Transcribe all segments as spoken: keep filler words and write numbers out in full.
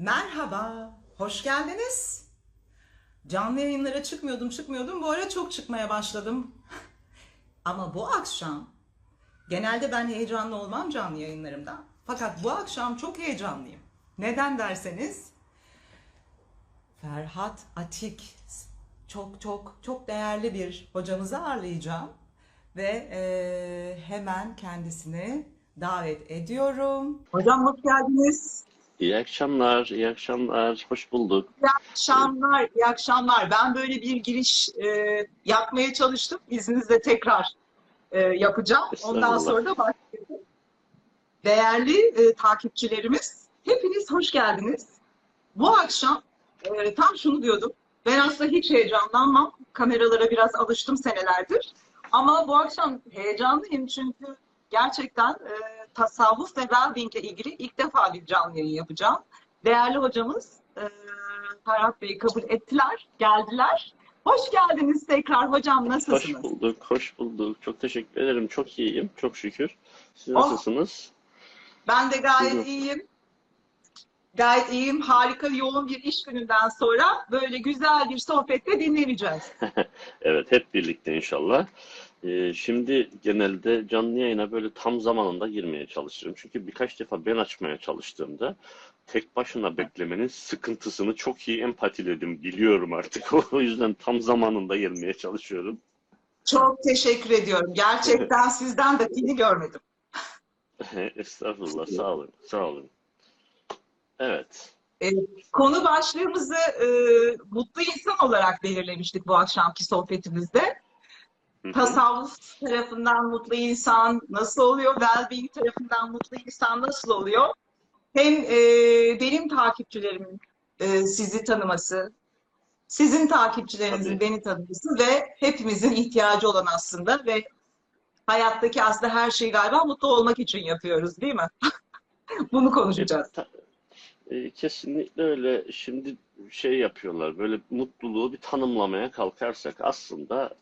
Merhaba, hoş geldiniz. Canlı yayınlara çıkmıyordum, çıkmıyordum. Bu ara çok çıkmaya başladım. Ama bu akşam, genelde ben heyecanlı olmam canlı yayınlarımda. Fakat bu akşam çok heyecanlıyım. Neden derseniz, Ferhat Atik, çok çok çok değerli bir hocamızı ağırlayacağım. Ve eee, hemen kendisini davet ediyorum. Hocam hoş geldiniz. İyi akşamlar, iyi akşamlar. Hoş bulduk. İyi Ee, akşamlar, iyi akşamlar. Ben böyle bir giriş e, yapmaya çalıştım. İzninizle tekrar e, yapacağım. Ondan Estağfurullah. sonra da başlayalım. Değerli e, takipçilerimiz, hepiniz hoş geldiniz. Bu akşam e, tam şunu diyordum. Ben aslında hiç heyecanlanmam. Kameralara biraz alıştım senelerdir. Ama bu akşam heyecanlıyım çünkü gerçekten e, tasavvuf ve well-being ile ilgili ilk defa bir canlı yayın yapacağım. Değerli hocamız e, Ferhat Bey kabul ettiler, geldiler. Hoş geldiniz tekrar hocam, Hoş nasılsınız? bulduk, hoş bulduk. Çok teşekkür ederim. Çok iyiyim, çok şükür. Siz Oh, nasılsınız? ben de Siz gayet nasılsınız? iyiyim. Gayet iyiyim. Harika yoğun bir iş gününden sonra böyle güzel bir sohbette dinleneceğiz. Evet, hep birlikte inşallah. Ee, şimdi genelde canlı yayına böyle tam zamanında girmeye çalışırım. Çünkü birkaç defa ben açmaya çalıştığımda tek başına beklemenin sıkıntısını çok iyi empatiledim, biliyorum artık. O yüzden tam zamanında girmeye çalışıyorum. Çok teşekkür ediyorum. Gerçekten sizden de fili görmedim. Estağfurullah, sağ olun, sağ olun. Evet. Ee, Konu başlığımızı e, mutlu insan olarak belirlemiştik bu akşamki sohbetimizde. Hı hı. Tasavvuf tarafından mutlu insan nasıl oluyor? Well-being tarafından mutlu insan nasıl oluyor? Hem e, benim takipçilerimin e, sizi tanıması, sizin takipçilerinizin Tabii. beni tanıması ve hepimizin ihtiyacı olan aslında ve hayattaki aslında her şeyi galiba mutlu olmak için yapıyoruz, değil mi? Bunu E, konuşacağız. ta- e, kesinlikle öyle. Şimdi şey yapıyorlar. Böyle mutluluğu bir tanımlamaya kalkarsak aslında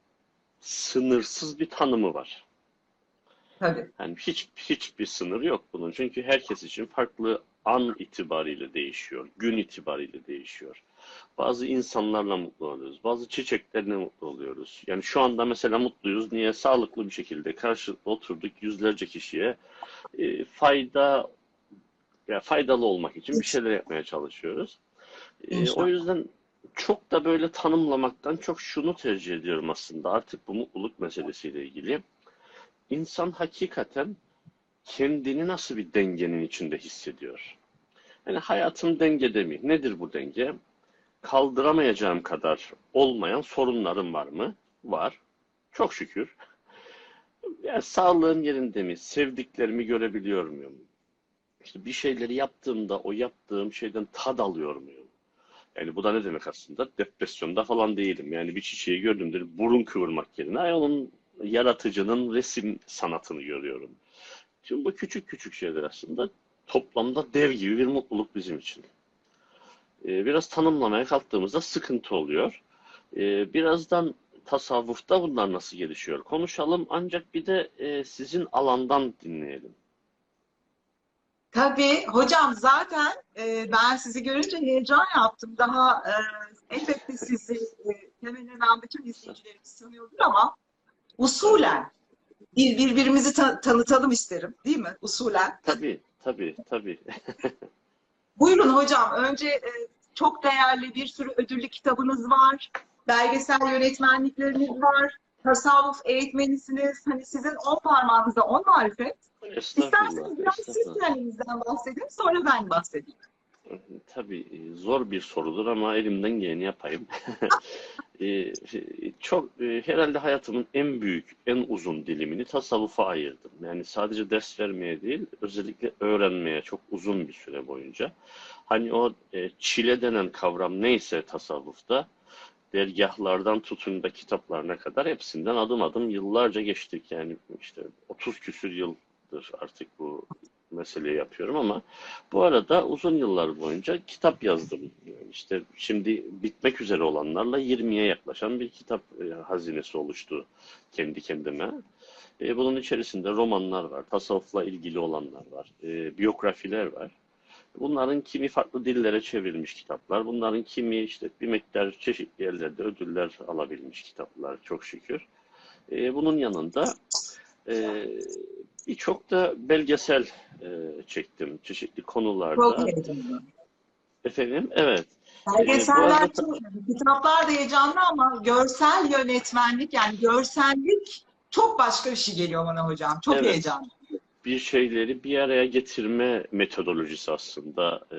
sınırsız bir tanımı var. Tabii. Yani hiç hiçbir sınır yok bunun. Çünkü herkes için farklı an itibariyle değişiyor, gün itibariyle değişiyor. Bazı insanlarla mutlu oluyoruz, bazı çiçeklerle mutlu oluyoruz. Yani şu anda mesela mutluyuz. Niye? Sağlıklı bir şekilde karşılıklı oturduk yüzlerce kişiye e, fayda ya faydalı olmak için bir şeyler yapmaya çalışıyoruz. E, o İnşallah. yüzden çok da böyle tanımlamaktan çok şunu tercih ediyorum aslında artık bu mutluluk meselesiyle ilgili. İnsan hakikaten kendini nasıl bir dengenin içinde hissediyor? Yani hayatım dengede mi? Nedir bu denge? Kaldıramayacağım kadar olmayan sorunlarım var mı? Var. Çok şükür. Yani sağlığım yerinde mi? Sevdiklerimi görebiliyor muyum? İşte bir şeyleri yaptığımda o yaptığım şeyden tad alıyor muyum? Yani bu da ne demek aslında? Depresyonda falan değilim. Yani bir çiçeği gördüğümde burun kıvırmak yerine ay onun yaratıcının resim sanatını görüyorum. Şimdi bu küçük küçük şeyler aslında toplamda dev gibi bir mutluluk bizim için. Ee, biraz tanımlamaya kalktığımızda sıkıntı oluyor. Ee, birazdan tasavvufta bunlar nasıl gelişiyor konuşalım. Ancak bir de e, sizin alandan dinleyelim. Tabii hocam zaten e, ben sizi görünce heyecan yaptım. Daha e, elbette sizi e, hemen hemen bütün izleyicilerimiz tanıyordur ama Evet. usulen bir birbirimizi ta- tanıtalım isterim, değil mi? Usulen. Tabii, tabii, tabii. Buyurun hocam. Önce e, çok değerli bir sürü ödüllü kitabınız var. Belgesel yönetmenlikleriniz var. Tasavvuf eğitmenisiniz. Hani sizin on parmağınızda on marifet. Estağfurullah, İsterseniz biraz siz estağfurullah. kendinizden bahsedin, sonra ben bahsedeyim. Tabii e, zor bir sorudur ama elimden geleni yapayım. E, Çok e, herhalde hayatımın en büyük, en uzun dilimini tasavvufa ayırdım. Yani sadece ders vermeye değil, özellikle öğrenmeye çok uzun bir süre boyunca. Hani o e, çile denen kavram neyse tasavvufta, dergâhlardan tutun da kitaplarına kadar hepsinden adım adım yıllarca geçtik. Yani işte otuz küsür yıldır artık bu meseleyi yapıyorum ama bu arada uzun yıllar boyunca kitap yazdım. Yani işte şimdi bitmek üzere olanlarla yirmiye yaklaşan bir kitap e, hazinesi oluştu kendi kendime. E, bunun içerisinde romanlar var, tasavvufla ilgili olanlar var, e, biyografiler var. Bunların kimi farklı dillere çevrilmiş kitaplar, bunların kimi işte bir miktar çeşitli yerlerde ödüller alabilmiş kitaplar çok şükür. E, bunun yanında e, birçok da belgesel e, çektim çeşitli Çok konularda. heyecanlı. Efendim, evet. E, bu Belgeseller arada çok, kitaplar da heyecanlı ama görsel yönetmenlik yani görsellik çok başka bir şey geliyor bana hocam. Çok evet, heyecanlı. bir şeyleri bir araya getirme metodolojisi aslında e,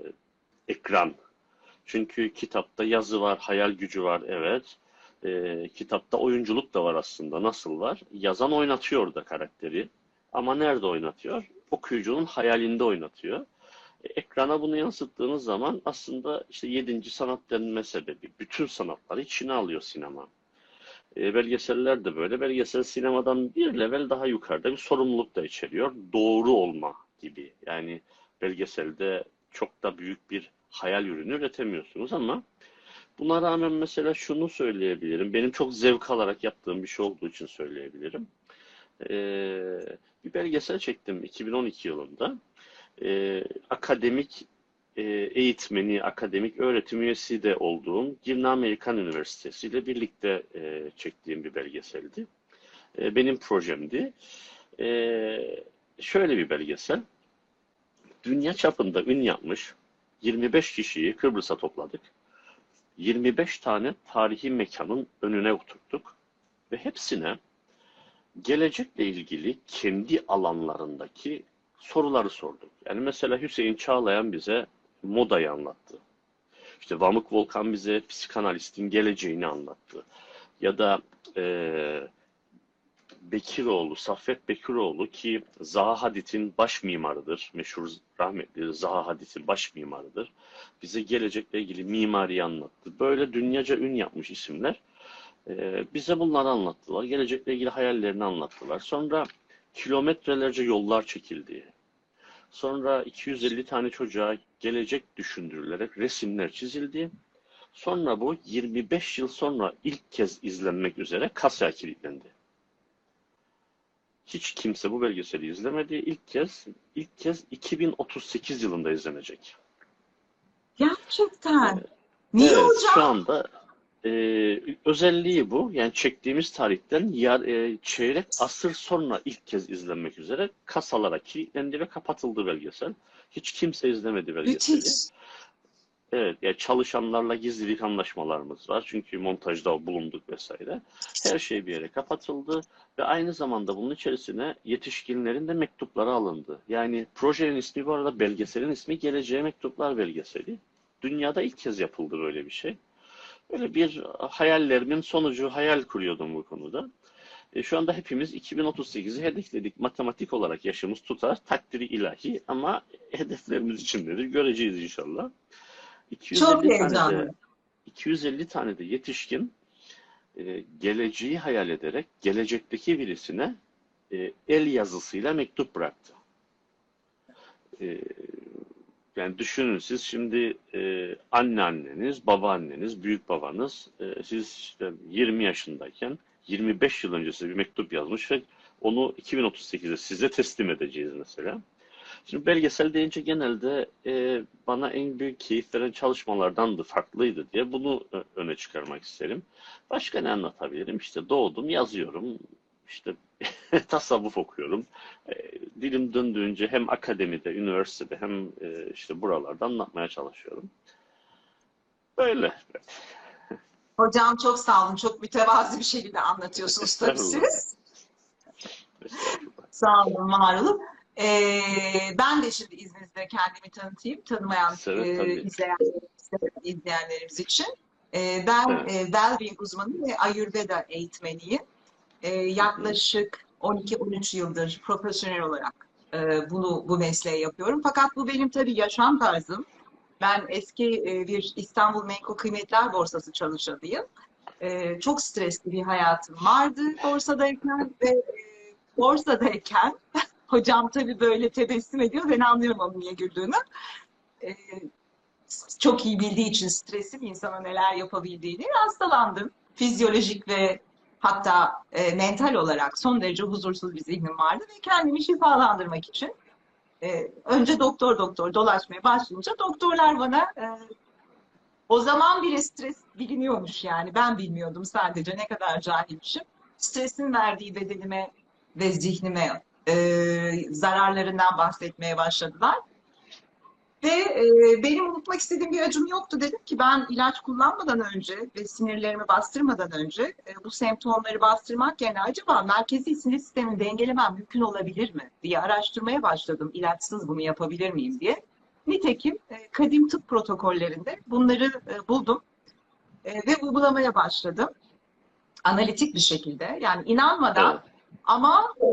ekran. Çünkü kitapta yazı var, hayal gücü var, evet. E, kitapta oyunculuk da var aslında. Nasıl var? Yazan oynatıyor da karakteri. Ama nerede oynatıyor? Okuyucunun hayalinde oynatıyor. E, ekrana bunu yansıttığınız zaman aslında işte yedinci sanat denme sebebi. Bütün sanatları içine alıyor sinema. E, belgeseller de böyle. Belgesel sinemadan bir level daha yukarıda bir sorumluluk da içeriyor. Doğru olma gibi. Yani belgeselde çok da büyük bir hayal ürünü üretemiyorsunuz ama buna rağmen mesela şunu söyleyebilirim. Benim çok zevk alarak yaptığım bir şey olduğu için söyleyebilirim. E, bir belgesel çektim iki bin on iki yılında. E, akademik e, eğitmeni, akademik öğretim üyesi de olduğum Girne Amerikan Üniversitesi ile birlikte e, çektiğim bir belgeseldi. E, benim projemdi. E, şöyle bir belgesel. Dünya çapında ün yapmış yirmi beş kişiyi Kıbrıs'a topladık. yirmi beş tane tarihi mekanın önüne oturttuk ve hepsine gelecekle ilgili kendi alanlarındaki soruları sorduk. Yani mesela Hüseyin Çağlayan bize modayı anlattı. İşte Vamık Volkan bize psikanalistin geleceğini anlattı. Ya da e, Bekiroğlu, Saffet Bekiroğlu ki Zaha Hadid'in baş mimarıdır. Meşhur rahmetli Zaha Hadid'in baş mimarıdır. Bize gelecekle ilgili mimariyi anlattı. Böyle dünyaca ün yapmış isimler. Ee, bize bunları anlattılar. Gelecekle ilgili hayallerini anlattılar. Sonra kilometrelerce yollar çekildi. Sonra iki yüz elli tane çocuğa gelecek düşündürülerek resimler çizildi. Sonra bu yirmi beş yıl sonra ilk kez izlenmek üzere kasaya kilitlendi. Hiç kimse bu belgeseli izlemedi. İlk kez ilk kez iki bin otuz sekiz yılında izlenecek. Gerçekten. Niye Evet, şu hocam? anda e, özelliği bu. Yani çektiğimiz tarihten yar, e, çeyrek asır sonra ilk kez izlenmek üzere kasalara kilitlendi ve kapatıldı belgesel. Hiç kimse izlemedi belgeseli. Müthiş. Evet, yani çalışanlarla gizlilik anlaşmalarımız var. Çünkü montajda bulunduk vesaire. Her şey bir yere kapatıldı ve aynı zamanda bunun içerisine yetişkinlerin de mektupları alındı. Yani projenin ismi bu arada belgeselin ismi Geleceğe Mektuplar Belgeseli. Dünyada ilk kez yapıldı böyle bir şey. Böyle bir hayallerimin sonucu hayal kuruyordum bu konuda. E, şu anda hepimiz iki bin otuz sekizi hedefledik. Matematik olarak yaşımız tutar, takdiri ilahi ama hedeflerimiz içindedir. Göreceğiz inşallah. Çok iki yüz elli tane de heyecanlı. iki yüz elli tane de yetişkin e, geleceği hayal ederek gelecekteki birisine e, el yazısıyla mektup bıraktı. E, yani düşünün siz şimdi e, anneanneniz, babaanneniz, büyük babanız e, siz işte yirmi yaşındayken yirmi beş yıl önce size bir mektup yazmış ve onu iki bin otuz sekizde size teslim edeceğiz mesela. Şimdi belgesel deyince genelde e, bana en büyük keyif veren çalışmalardandı, farklıydı diye bunu ö- öne çıkarmak isterim. Başka ne anlatabilirim? İşte doğdum, yazıyorum, işte tasavvuf okuyorum. E, dilim döndüğünce hem akademide, üniversitede hem e, işte buralarda anlatmaya çalışıyorum. Böyle. Hocam çok sağ olun. Çok mütevazi bir şekilde anlatıyorsunuz tabii Estağfurullah. siz. Estağfurullah. Sağ olun, var olun. Ee, ben de şimdi izninizle kendimi tanıtayım. Tanımayan Seve e, tabii. izleyenlerimiz, izleyenlerimiz için. Ee, ben Evet. e, Wellbeing uzmanı ve Ayurveda eğitmeniyim. Ee, Hı hı. yaklaşık on iki on üç yıldır profesyonel olarak e, bunu bu mesleği yapıyorum. Fakat bu benim tabii yaşam tarzım. Ben eski e, bir İstanbul Menkul Kıymetler Borsası çalışanıyım. E, çok stresli bir hayatım vardı borsadayken ve e, borsadayken hocam tabii böyle tebessüm ediyor. Ben anlıyorum onun niye güldüğünü. E, çok iyi bildiği için stresin insana neler yapabildiğini hastalandım. Fizyolojik ve hatta e, mental olarak son derece huzursuz bir zihnim vardı ve kendimi şifalandırmak için E, önce doktor doktor dolaşmaya başlayınca doktorlar bana e, o zaman bile stres biliniyormuş yani. Ben bilmiyordum sadece ne kadar cahilmişim. Stresin verdiği bedenime ve zihnime e, zararlarından bahsetmeye başladılar. Ve e, benim unutmak istediğim bir acım yoktu. Dedim ki ben ilaç kullanmadan önce ve sinirlerimi bastırmadan önce e, bu semptomları bastırmak yerine acaba merkezi sinir sistemini dengelemem mümkün olabilir mi diye araştırmaya başladım. İlaçsız bunu yapabilir miyim diye. Nitekim e, kadim tıp protokollerinde bunları e, buldum e, ve uygulamaya başladım. Analitik bir şekilde yani Evet. inanmadan ama e,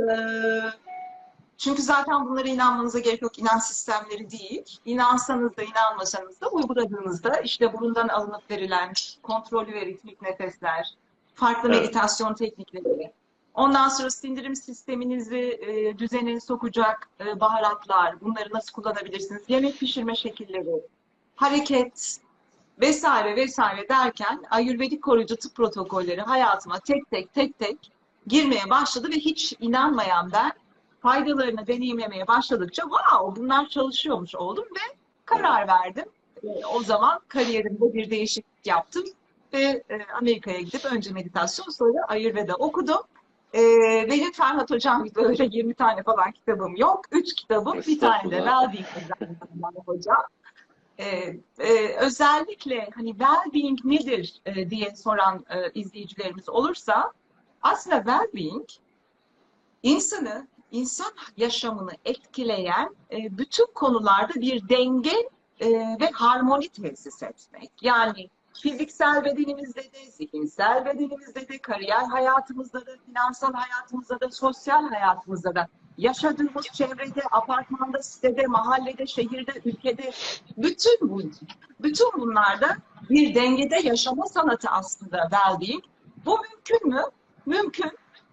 çünkü zaten bunlara inanmanıza gerek yok. İnanç sistemleri değil. İnansanız da inanmasanız da uyguladığınızda işte burundan alınıp verilen kontrollü ve ritmik nefesler, farklı Evet. meditasyon teknikleri, ondan sonra sindirim sisteminizi e, düzene sokacak e, baharatlar, bunları nasıl kullanabilirsiniz? Yemek pişirme şekilleri, hareket vesaire vesaire derken Ayurvedik koruyucu tıp protokolleri hayatıma tek tek tek tek girmeye başladı ve hiç inanmayan ben faydalarını deneyimlemeye başladıkça wow bunlar çalışıyormuş oldum ve Evet. karar verdim. E, o zaman kariyerimde bir değişiklik yaptım ve e, Amerika'ya gidip önce meditasyon sonra Ayurveda okudum. E, benim Ferhat Hocam gibi öyle yirmi tane falan kitabım yok. Üç kitabım, bir tane de Estağfurullah. Wellbeing üzerinden hocam. Ee, e, özellikle hani well-being nedir e, diye soran e, izleyicilerimiz olursa aslında well-being insanı, insan yaşamını etkileyen e, bütün konularda bir denge e, ve harmoni tesis etmek. Yani fiziksel bedenimizde de, zihinsel bedenimizde de, kariyer hayatımızda da, finansal hayatımızda da, sosyal hayatımızda da, yaşadığımız çevrede, apartmanda, sitede, mahallede, şehirde, ülkede, bütün bu, bütün bunlarda bir dengede yaşama sanatı aslında well-being. Bu mümkün mü? Mümkün.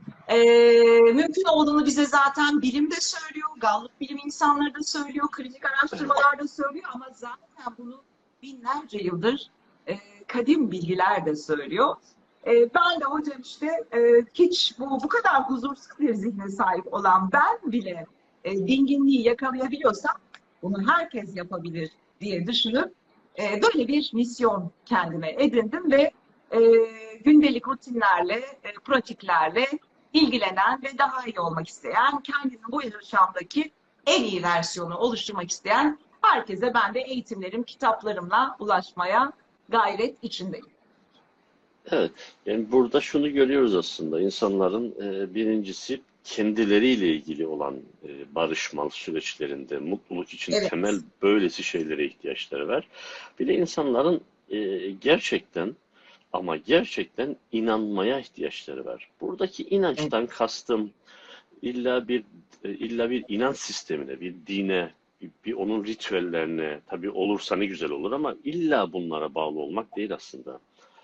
Ee, mümkün olduğunu bize zaten bilim de söylüyor, Gallup bilim insanları da söylüyor, klinik araştırmalar da söylüyor ama zaten bunu binlerce yıldır e, kadim bilgiler de söylüyor. E, ben de hocam işte e, hiç bu bu kadar huzursuz bir zihne sahip olan ben bile e, dinginliği yakalayabiliyorsam bunu herkes yapabilir diye düşünüp e, böyle bir misyon kendime edindim ve e, gündelik rutinlerle, e, pratiklerle ilgilenen ve daha iyi olmak isteyen, kendinin bu yaşamdaki en iyi versiyonu oluşturmak isteyen herkese ben de eğitimlerim, kitaplarımla ulaşmaya gayret içindeyim. Evet. Yani burada şunu görüyoruz aslında. İnsanların e, birincisi kendileriyle ilgili olan e, barışma süreçlerinde mutluluk için temel Evet. böylesi şeylere ihtiyaçları var. Bir de insanların e, gerçekten ama gerçekten inanmaya ihtiyaçları var. Buradaki Evet. inançtan kastım illa bir e, illa bir inanç sistemine, bir dine, bir, bir onun ritüellerine tabii olursa ne güzel olur ama illa bunlara bağlı olmak değil aslında.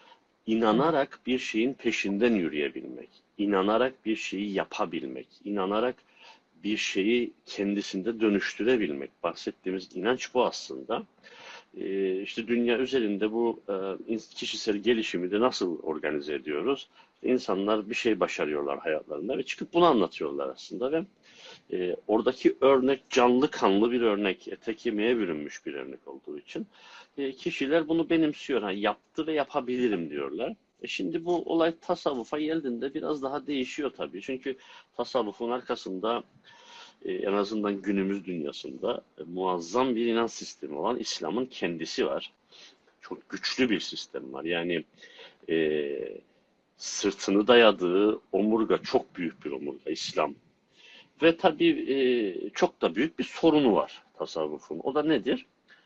İnanarak bir şeyin peşinden yürüyebilmek, inanarak bir şeyi yapabilmek, inanarak bir şeyi kendisinde dönüştürebilmek. Bahsettiğimiz inanç bu aslında. Ee, işte dünya üzerinde bu e, kişisel gelişimi de nasıl organize ediyoruz? İnsanlar bir şey başarıyorlar hayatlarında ve çıkıp bunu anlatıyorlar aslında ve e, oradaki örnek canlı kanlı bir örnek, ete kemiğe bürünmüş bir örnek olduğu için e, kişiler bunu benimsiyor. Ha, yaptı ve yapabilirim diyorlar. E şimdi bu olay tasavvufa geldiğinde biraz daha değişiyor tabii. Çünkü tasavvufun arkasında e, en azından günümüz dünyasında e, muazzam bir inanç sistemi olan İslam'ın kendisi var. Çok güçlü bir sistem var. Yani e, sırtını dayadığı omurga çok büyük bir omurga İslam. Ve tabii e, çok da büyük bir sorunu var tasavvufun. O da nedir?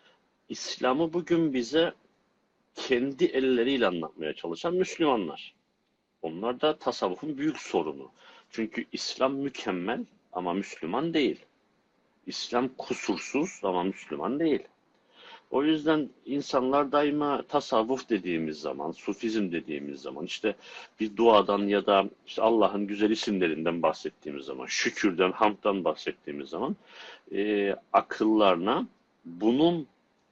İslam'ı bugün bize kendi elleriyle anlatmaya çalışan Müslümanlar. Onlar da tasavvufun büyük sorunu. Çünkü İslam mükemmel ama Müslüman değil. İslam kusursuz ama Müslüman değil. O yüzden insanlar daima tasavvuf dediğimiz zaman, sufizm dediğimiz zaman, işte bir duadan ya da işte Allah'ın güzel isimlerinden bahsettiğimiz zaman, şükürden, hamddan bahsettiğimiz zaman e, akıllarına bunun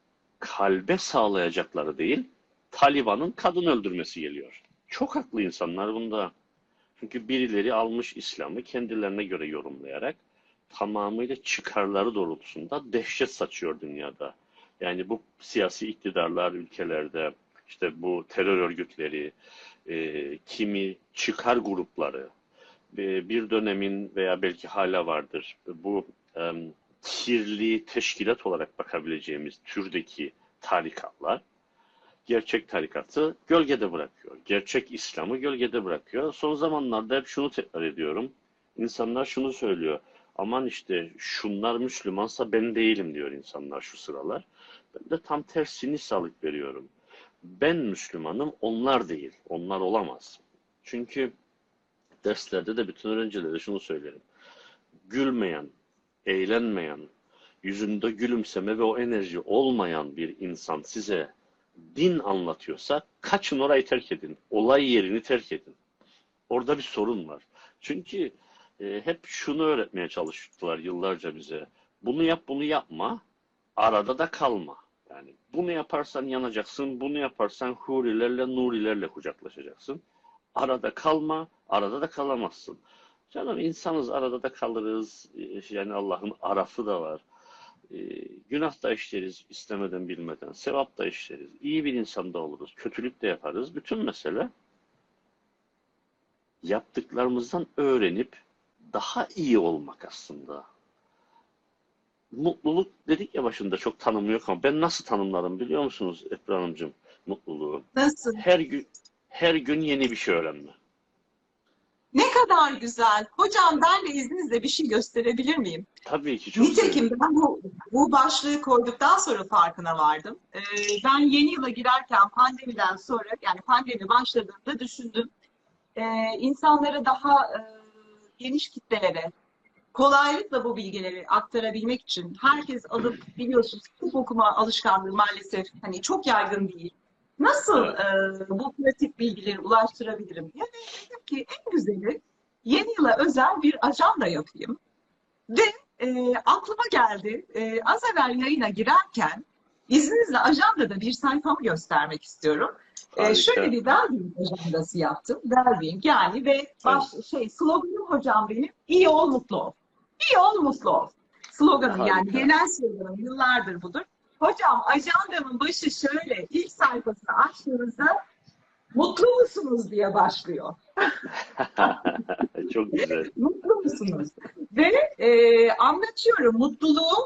kalbe sağlayacakları değil, Taliban'ın kadın öldürmesi geliyor. Çok haklı insanlar bunda. Çünkü birileri almış İslam'ı kendilerine göre yorumlayarak tamamıyla çıkarları doğrultusunda dehşet saçıyor dünyada. Yani bu siyasi iktidarlar ülkelerde, işte bu terör örgütleri, e, kimi çıkar grupları, e, bir dönemin veya belki hala vardır bu e, kirli teşkilat olarak bakabileceğimiz türdeki tarikatlar, gerçek tarikatı gölgede bırakıyor. Gerçek İslam'ı gölgede bırakıyor. Son zamanlarda hep şunu tekrar ediyorum. İnsanlar şunu söylüyor. Aman işte şunlar Müslümansa ben değilim diyor insanlar şu sıralar. Ben de tam tersini sağlık veriyorum. Ben Müslümanım, onlar değil. Onlar olamaz. Çünkü derslerde de bütün öğrencilere şunu söylerim. Gülmeyen, eğlenmeyen, yüzünde gülümseme ve o enerji olmayan bir insan size din anlatıyorsa kaçın, orayı terk edin. Olay yerini terk edin. Orada bir sorun var. Çünkü e, hep şunu öğretmeye çalıştılar yıllarca bize. Bunu yap, bunu yapma. Arada da kalma. Yani bunu yaparsan yanacaksın, bunu yaparsan hurilerle, nurilerle kucaklaşacaksın. Arada kalma, arada da kalamazsın. Canım insanız, arada da kalırız. E, Yani Allah'ın arafı da var. E, günah da işleriz istemeden bilmeden. Sevap da işleriz. İyi bir insan da oluruz. Kötülük de yaparız. Bütün mesele yaptıklarımızdan öğrenip daha iyi olmak aslında. Mutluluk dedik ya başında, çok tanımı yok ama ben nasıl tanımlarım biliyor musunuz Ebru Hanımcığım mutluluğu? Nasıl? Her gün her gün yeni bir şey öğrenme. Ne kadar güzel. Hocam ben de izninizle bir şey gösterebilir miyim? Tabii ki çok Nitekim sevinirim. ben bu, bu başlığı koyduktan sonra farkına vardım. Ee, ben yeni yıla girerken pandemiden sonra, yani pandemi başladığında düşündüm. Ee, insanlara daha e, geniş kitlelere kolaylıkla bu bilgileri aktarabilmek için herkes alıp, biliyorsunuz, tıp okuma alışkanlığı maalesef hani çok yaygın değil. Nasıl Evet. e, bu pratik bilgileri ulaştırabilirim diye, ve dedim ki en güzeli yeni yıla özel bir ajanda yapayım. Ve e, aklıma geldi, e, az evvel yayına girerken izninizle ajandada bir sayfamı göstermek istiyorum. E, şöyle Harika. bir well-being ajandası yaptım. Well-being yani, ve baş, Evet. şey sloganım hocam benim, iyi ol mutlu ol. İyi ol mutlu ol. Sloganım, yani Harika. genel sloganım, yıllardır budur. Hocam ajandamın başı şöyle, ilk sayfasını açtığınızda mutlu musunuz diye başlıyor. Çok güzel. Mutlu musunuz? Ve e, anlatıyorum mutluluğu.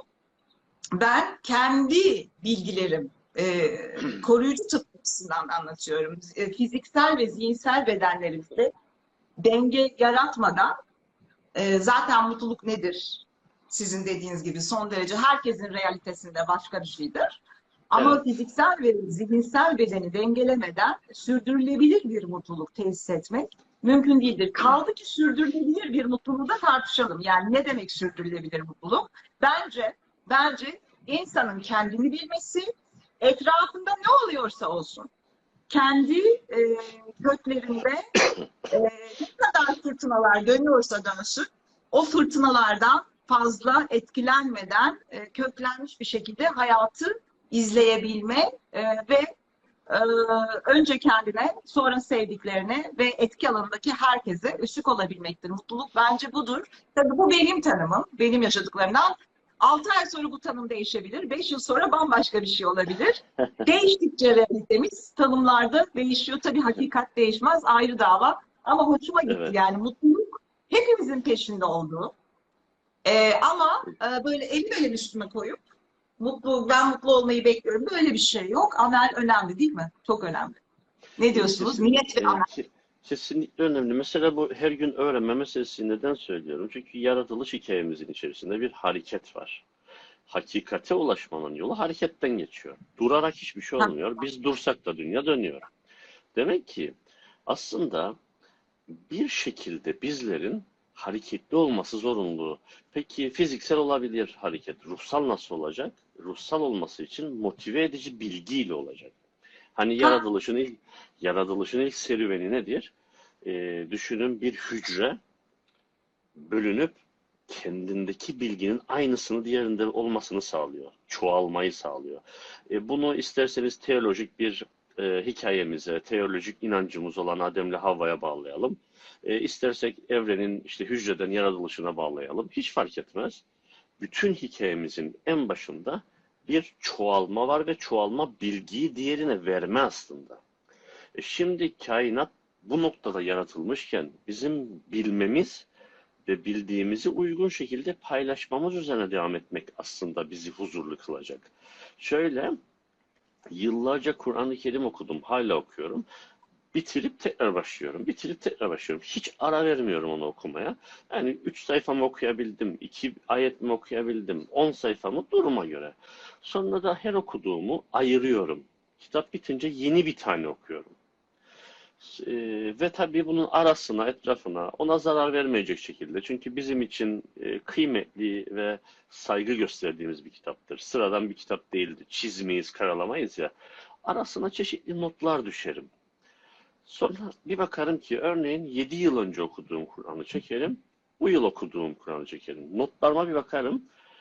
Ben kendi bilgilerim, e, koruyucu tıp açısından anlatıyorum. E, fiziksel ve zihinsel bedenlerimizde denge yaratmadan e, zaten mutluluk nedir? Sizin dediğiniz gibi son derece herkesin realitesinde başka bir şeydir. Ama Evet. fiziksel ve zihinsel bedeni dengelemeden sürdürülebilir bir mutluluk tesis etmek mümkün değildir. Kaldı ki sürdürülebilir bir mutluluğu da tartışalım. Yani ne demek sürdürülebilir mutluluk? Bence, bence insanın kendini bilmesi, etrafında ne oluyorsa olsun, kendi e, köklerinde e, ne kadar fırtınalar dönüyorsa dönsün, o fırtınalardan fazla etkilenmeden e, köklenmiş bir şekilde hayatı izleyebilme e, ve e, önce kendine, sonra sevdiklerine ve etki alanındaki herkese ışık olabilmektir. Mutluluk bence budur. Tabii bu benim tanımım, benim yaşadıklarımdan. altı ay sonra bu tanım değişebilir, beş yıl sonra bambaşka bir şey olabilir. Değiştikçe realitemiz tanımlarda değişiyor. Tabii hakikat değişmez, ayrı dava. Ama hoşuma gitti, Evet. yani mutluluk hepimizin peşinde olduğu. Ee, ama e, böyle elini elin üstüme koyup mutlu, ben mutlu olmayı bekliyorum, böyle bir şey yok. Amel önemli değil mi? Çok önemli. Ne diyorsunuz? Kesin, Niyet ve e, amel. ke- kesinlikle önemli. Mesela bu her gün öğrenme meselesini neden söylüyorum? Çünkü yaratılış hikayemizin içerisinde bir hareket var. Hakikate ulaşmanın yolu hareketten geçiyor. Durarak hiçbir şey Ha, olmuyor. Biz dursak da dünya dönüyor. Demek ki aslında bir şekilde bizlerin hareketli olması zorunlu. Peki fiziksel olabilir hareket. Ruhsal nasıl olacak? Ruhsal olması için motive edici bilgiyle olacak. Hani ha, yaratılışın ilk yaratılışın ilk serüveni nedir? Ee, düşünün, bir hücre bölünüp kendindeki bilginin aynısını diğerinde olmasını sağlıyor. Çoğalmayı sağlıyor. E, bunu isterseniz teolojik bir e, hikayemize, teolojik inancımız olan Adem'le Havva'ya bağlayalım. E, istersek evrenin işte hücreden yaratılışına bağlayalım. Hiç fark etmez. Bütün hikayemizin en başında bir çoğalma var ve çoğalma bilgiyi diğerine verme aslında. E şimdi kainat bu noktada yaratılmışken bizim bilmemiz ve bildiğimizi uygun şekilde paylaşmamız üzerine devam etmek aslında bizi huzurlu kılacak. Şöyle, yıllarca Kur'an-ı Kerim okudum, hala okuyorum. Bitirip tekrar başlıyorum, bitirip tekrar başlıyorum. Hiç ara vermiyorum onu okumaya. Yani üç sayfamı okuyabildim, iki ayet mi okuyabildim, on sayfamı duruma göre. Sonra da her okuduğumu ayırıyorum. Kitap bitince yeni bir tane okuyorum. Ee, ve tabii bunun arasına, etrafına, ona zarar vermeyecek şekilde. Çünkü bizim için e, kıymetli ve saygı gösterdiğimiz bir kitaptır. Sıradan bir kitap değildir. Çizmeyiz, karalamayız ya. Arasına çeşitli notlar düşerim. Sonra bir bakarım ki örneğin yedi yıl önce okuduğum Kur'an'ı çekerim. Bu yıl okuduğum Kur'an'ı çekerim. Notlarıma bir bakarım.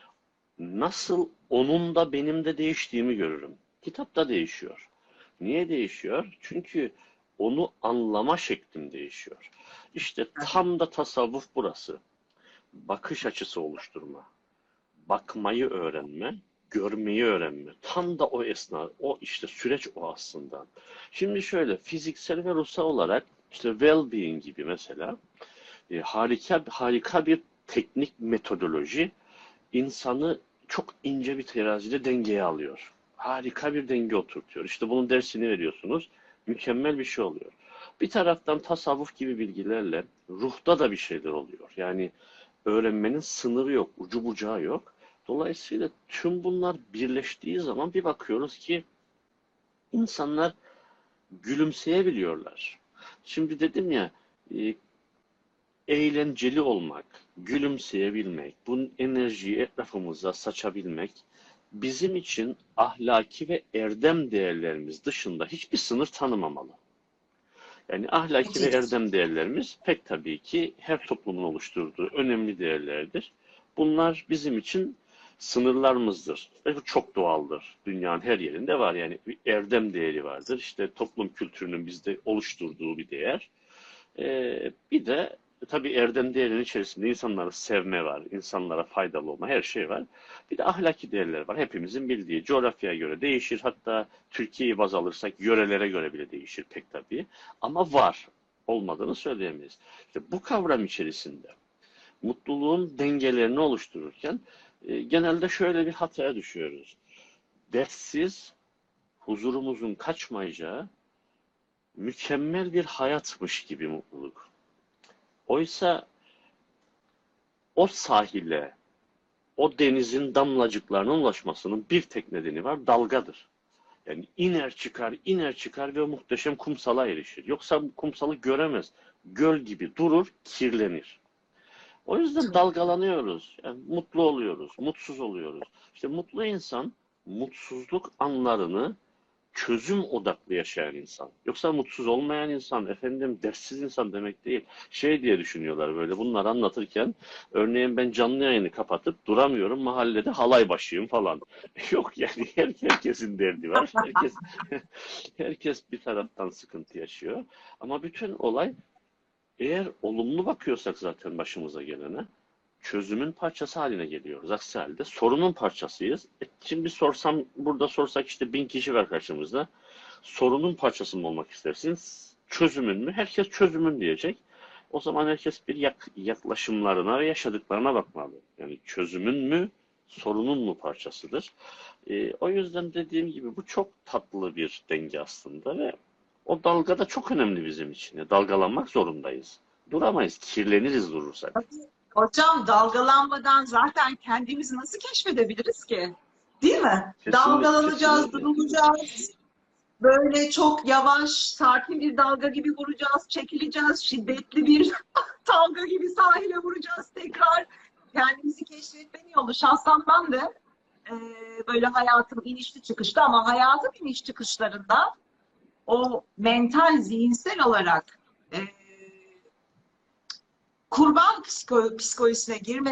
Nasıl onun da benim de değiştiğimi görürüm. Kitap da değişiyor. Niye değişiyor? Çünkü onu anlama şeklim değişiyor. İşte tam da tasavvuf burası. Bakış açısı oluşturma. Bakmayı öğrenme, görmeyi öğrenme. Tam da o esna, o işte süreç o aslında. Şimdi şöyle fiziksel ve ruhsal olarak işte well-being gibi mesela e, harika harika bir teknik metodoloji insanı çok ince bir terazide dengeye alıyor. Harika bir denge oturtuyor. İşte bunun dersini veriyorsunuz. Mükemmel bir şey oluyor. Bir taraftan tasavvuf gibi bilgilerle ruhta da bir şeyler oluyor. Yani öğrenmenin sınırı yok, ucu bucağı yok. Dolayısıyla tüm bunlar birleştiği zaman bir bakıyoruz ki insanlar gülümseyebiliyorlar. Şimdi dedim ya, e, eğlenceli olmak, gülümseyebilmek, bu enerjiyi etrafımıza saçabilmek bizim için ahlaki ve erdem değerlerimiz dışında hiçbir sınır tanımamalı. Yani ahlaki ve Evet. erdem değerlerimiz pek tabii ki her toplumun oluşturduğu önemli değerlerdir. Bunlar bizim için sınırlarımızdır. Ve bu çok doğaldır. Dünyanın her yerinde var. Yani bir erdem değeri vardır. İşte toplum kültürünün bizde oluşturduğu bir değer. Ee, bir de tabii erdem değerinin içerisinde insanları sevme var, insanlara faydalı olma, her şey var. Bir de ahlaki değerler var. Hepimizin bildiği, coğrafyaya göre değişir. Hatta Türkiye'yi baz alırsak yörelere göre bile değişir pek tabii. Ama var, olmadığını söyleyemeyiz. İşte bu kavram içerisinde mutluluğun dengelerini oluştururken e, genelde şöyle bir hataya düşüyoruz. Dertsiz, huzurumuzun kaçmayacağı, mükemmel bir hayatmış gibi mutluluk. Oysa o sahile, o denizin damlacıklarına ulaşmasının bir tek nedeni var, dalgadır. Yani iner çıkar, iner çıkar ve o muhteşem kumsala erişir. Yoksa kumsalı göremez. Göl gibi durur, kirlenir. O yüzden Çok. dalgalanıyoruz. Yani mutlu oluyoruz, mutsuz oluyoruz. İşte mutlu insan mutsuzluk anlarını çözüm odaklı yaşayan insan. Yoksa mutsuz olmayan insan, efendim derssiz insan demek değil. Şey diye düşünüyorlar böyle bunları anlatırken, örneğin ben canlı yayını kapatıp duramıyorum, mahallede halay başıyım falan. Yok yani her, herkesin derdi var. Herkes herkes bir taraftan sıkıntı yaşıyor. Ama bütün olay, eğer olumlu bakıyorsak zaten başımıza gelene, çözümün parçası haline geliyoruz. Aksi halde sorunun parçasıyız. E, şimdi sorsam, burada sorsak işte bin kişi var karşımızda. Sorunun parçası mı olmak istersiniz? Çözümün mü? Herkes çözümün diyecek. O zaman herkes bir yak, yaklaşımlarına ve yaşadıklarına bakmalı. Yani çözümün mü, sorunun mu parçasıdır? E, o yüzden dediğim gibi bu çok tatlı bir denge aslında ve o dalga da çok önemli bizim için. Yani dalgalanmak zorundayız. Duramayız, kirleniriz durursak. Hocam dalgalanmadan zaten kendimizi nasıl keşfedebiliriz ki? Değil mi? Kesinlikle, Dalgalanacağız, kesinlikle. durulacağız. Böyle çok yavaş, sakin bir dalga gibi vuracağız, çekileceğiz. Şiddetli bir dalga gibi sahile vuracağız tekrar. Kendimizi keşfetmenin yolu. Şahsen ben de e, böyle hayatım inişli çıkışlı ama hayatım iniş çıkışlarında o mental, zihinsel olarak e, kurban psiko- psikolojisine girmeden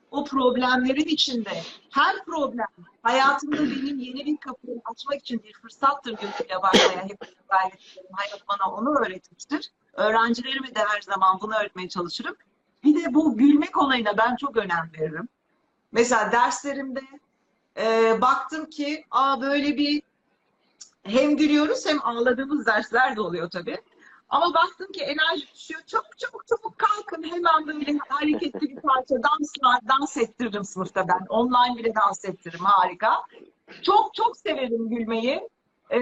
o problemlerin içinde her problem hayatımda benim yeni bir kapıyı açmak için bir fırsattır gözüyle bakmaya hep gayret ederim. Hayat bana onu öğretmiştir. Öğrencilerime de her zaman bunu öğretmeye çalışırım. Bir de bu gülmek olayına ben çok önem veririm. Mesela derslerimde e, baktım ki aa böyle bir hem gülüyoruz hem ağladığımız dersler de oluyor tabii. Ama baktım ki enerji düşüyor. Çabuk çabuk çabuk kalkın hemen böyle hareketli bir parça danslar, dans ettiririm sınıfta ben. Online bile dans ettiririm harika. Çok çok severim gülmeyi. Ee,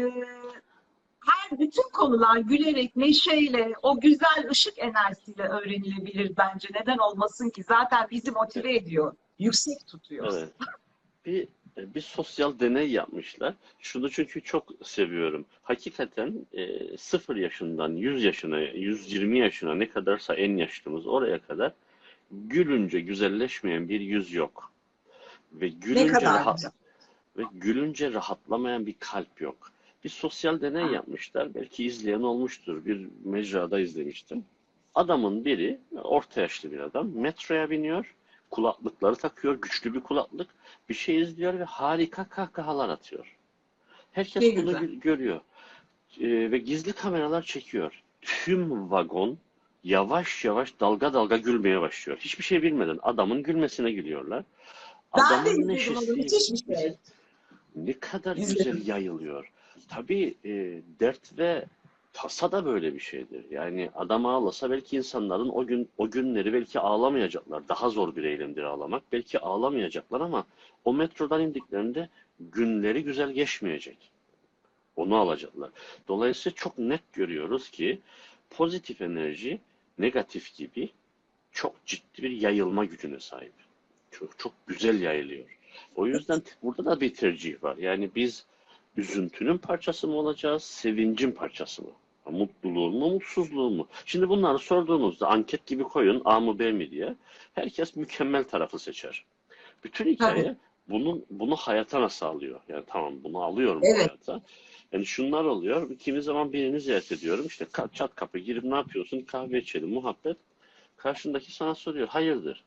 her bütün konular gülerek, neşeyle, o güzel ışık enerjisiyle öğrenilebilir bence. Neden olmasın ki? Zaten bizi motive ediyor. Yüksek tutuyor. Evet. Bir bir sosyal deney yapmışlar. Şunu çünkü çok seviyorum. Hakikaten e, sıfır yaşından yüz yaşına, yüz yirmi yaşına ne kadarsa en yaşlımız oraya kadar gülünce güzelleşmeyen bir yüz yok. Ve Ne gülünce kadar rahat güzel. ve gülünce rahatlamayan bir kalp yok. Bir sosyal deney yapmışlar. Belki izleyen olmuştur. Bir mecrada izlemiştim. Adamın biri, orta yaşlı bir adam, metroya biniyor, kulaklıkları takıyor, güçlü bir kulaklık, bir şey izliyor ve harika kahkahalar atıyor. Ne Herkes bunu güzel. gö- görüyor. Ee, ve gizli kameralar çekiyor. Tüm vagon yavaş yavaş dalga dalga gülmeye başlıyor. Hiçbir şey bilmeden adamın gülmesine gülüyorlar. Ben de Adamın izledim onu. neşesi Müthiş bir şey. ne kadar güzel İzledim. yayılıyor. Tabii e, dert ve tasa da böyle bir şeydir. Yani adam ağlasa belki insanların o gün o günleri belki ağlamayacaklar. Daha zor bir eylemdir ağlamak. Belki ağlamayacaklar ama o metrodan indiklerinde günleri güzel geçmeyecek. Onu alacaklar. Dolayısıyla çok net görüyoruz ki pozitif enerji negatif gibi çok ciddi bir yayılma gücüne sahip. Çok çok güzel yayılıyor. O yüzden burada da bir tercih var. Yani biz üzüntünün parçası mı olacağız, sevincin parçası mı? Mutluluğun mu, mutsuzluğun mu? Şimdi bunları sorduğunuzda anket gibi koyun A mı B mi diye. Herkes mükemmel tarafı seçer. Bütün Tabii. hikaye bunun bunu hayata nasıl alıyor? Yani tamam bunu alıyorum Evet. hayata. Yani şunlar oluyor. Kimi zaman birini ziyaret ediyorum. İşte çat kapı girip ne yapıyorsun? Kahve içelim, muhabbet. Karşındaki sana soruyor. Hayırdır?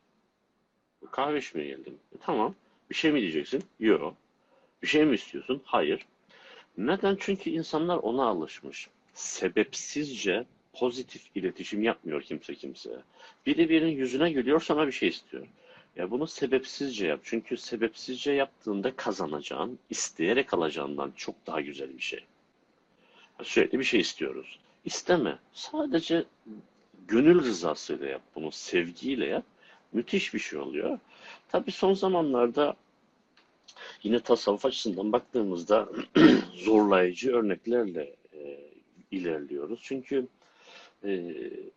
Kahve içmeye geldim. E, tamam. Bir şey mi diyeceksin? Yok. Bir şey mi istiyorsun? Hayır. Neden? Çünkü insanlar ona alışmış. Sebepsizce pozitif iletişim yapmıyor kimse kimseye. Biri birinin yüzüne gülüyor sana bir şey istiyor. Ya bunu sebepsizce yap. Çünkü sebepsizce yaptığında kazanacağın, isteyerek alacağından çok daha güzel bir şey. Sürekli bir şey istiyoruz. İsteme. Sadece gönül rızasıyla yap bunu, sevgiyle yap. Müthiş bir şey oluyor. Tabii son zamanlarda yine tasavvuf açısından baktığımızda zorlayıcı örneklerle e, ilerliyoruz. Çünkü e,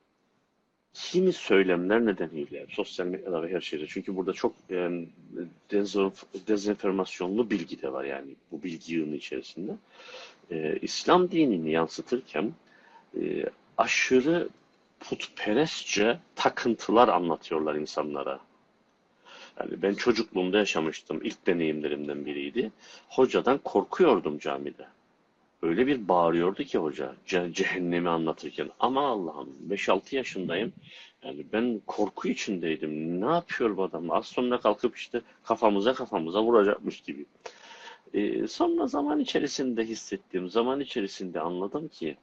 kimi söylemler nedeniyle sosyal medyada ve her şeyde çünkü burada çok e, dezenformasyonlu bilgi de var yani bu bilgi yığını içerisinde. E, İslam dinini yansıtırken e, aşırı putperestçe takıntılar anlatıyorlar insanlara. Yani ben çocukluğumda yaşamıştım. İlk deneyimlerimden biriydi. Hocadan korkuyordum camide. Öyle bir bağırıyordu ki hoca ce- cehennemi anlatırken. Aman Allah'ım beş altı yaşındayım. Yani ben korku içindeydim. Ne yapıyor bu adam? Az sonra kalkıp işte kafamıza kafamıza vuracakmış gibi. Ee, sonra zaman içerisinde hissettiğim, zaman içerisinde anladım ki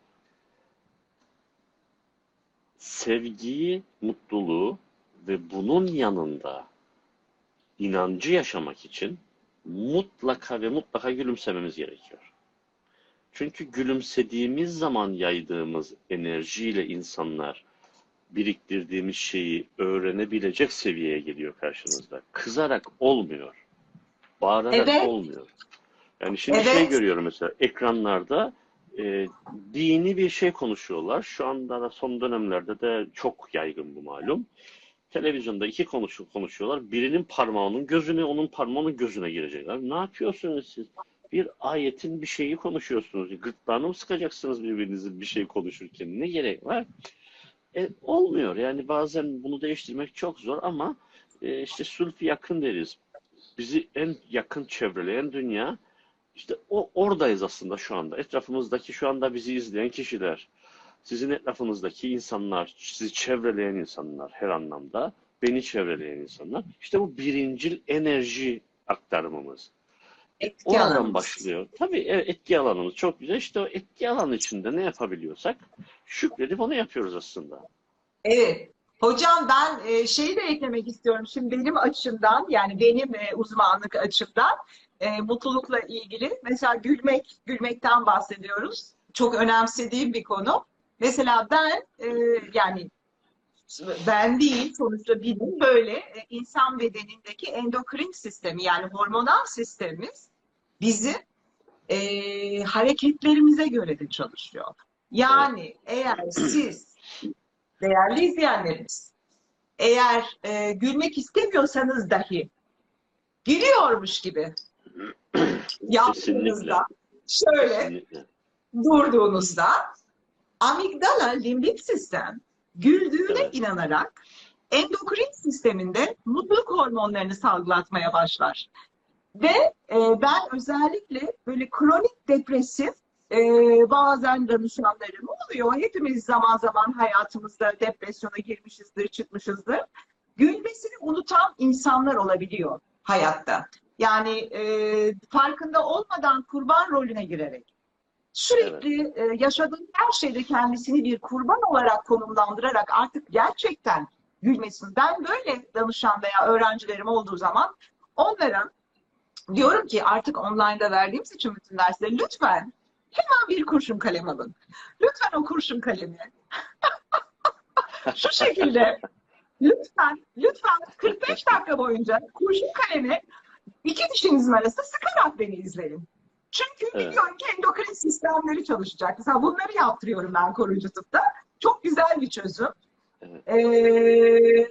sevgiyi, mutluluğu ve bunun yanında inancı yaşamak için mutlaka ve mutlaka gülümsememiz gerekiyor. Çünkü gülümsediğimiz zaman yaydığımız enerjiyle insanlar biriktirdiğimiz şeyi öğrenebilecek seviyeye geliyor karşınızda. Kızarak olmuyor, bağırarak Evet. olmuyor. Yani şimdi şey Evet. görüyorum mesela ekranlarda e, dini bir şey konuşuyorlar. Şu anda da son dönemlerde de çok yaygın bu malum. Televizyonda iki konuşu konuşuyorlar. Birinin parmağının gözüne, onun parmağının gözüne girecekler. Ne yapıyorsunuz siz? Bir ayetin bir şeyi konuşuyorsunuz. Gırtlağını mı sıkacaksınız birbirinizin bir şey konuşurken? Ne gerek var? E, olmuyor. Yani bazen bunu değiştirmek çok zor ama e, işte sülfü yakın deriz. Bizi en yakın çevreleyen dünya işte o oradayız aslında şu anda. Etrafımızdaki şu anda bizi izleyen kişiler, sizin etrafınızdaki insanlar, sizi çevreleyen insanlar her anlamda beni çevreleyen insanlar. İşte bu birincil enerji aktarımımız. Etki Oradan alanımız. başlıyor. Tabii evet, etki alanımız çok güzel. İşte o etki alanı içinde ne yapabiliyorsak şükredip onu yapıyoruz aslında. Evet. Hocam ben e, şeyi de eklemek istiyorum. Şimdi benim açımdan yani benim e, uzmanlık açımdan e, mutlulukla ilgili mesela gülmek, gülmekten bahsediyoruz. Çok önemsediğim bir konu. Mesela ben e, yani ben değil sonuçta bilim böyle e, insan bedenindeki endokrin sistemi yani hormonal sistemimiz bizim e, hareketlerimize göre de çalışıyor. Evet. Yani eğer siz değerli izleyenlerimiz eğer e, gülmek istemiyorsanız dahi gülüyormuş gibi Kesinlikle. yaptığınızda şöyle Kesinlikle. durduğunuzda amigdala limbik sistem güldüğüne Evet. inanarak endokrin sisteminde mutluluk hormonlarını salgılatmaya başlar. Ve e, ben özellikle böyle kronik depresif e, bazen danışanlarım oluyor. Hepimiz zaman zaman hayatımızda depresyona girmişizdir, çıkmışızdır. Gülmesini unutan insanlar olabiliyor hayatta. Yani e, farkında olmadan kurban rolüne girerek Evet. sürekli e, yaşadığı her şeyde kendisini bir kurban olarak konumlandırarak artık gerçekten gülmesin. Ben böyle danışan veya öğrencilerim olduğu zaman onlara diyorum ki artık online'da verdiğimiz için bütün dersleri lütfen hemen bir kurşun kalem alın. Lütfen o kurşun kalemi şu şekilde lütfen lütfen kırk beş dakika boyunca kurşun kalemi iki dişinizin arasında sıkarak beni izleyin. Çünkü Evet. biliyorum ki endokrin sistemleri çalışacak. Mesela bunları yaptırıyorum ben koruyucu tıpta. Çok güzel bir çözüm. Evet. Ee,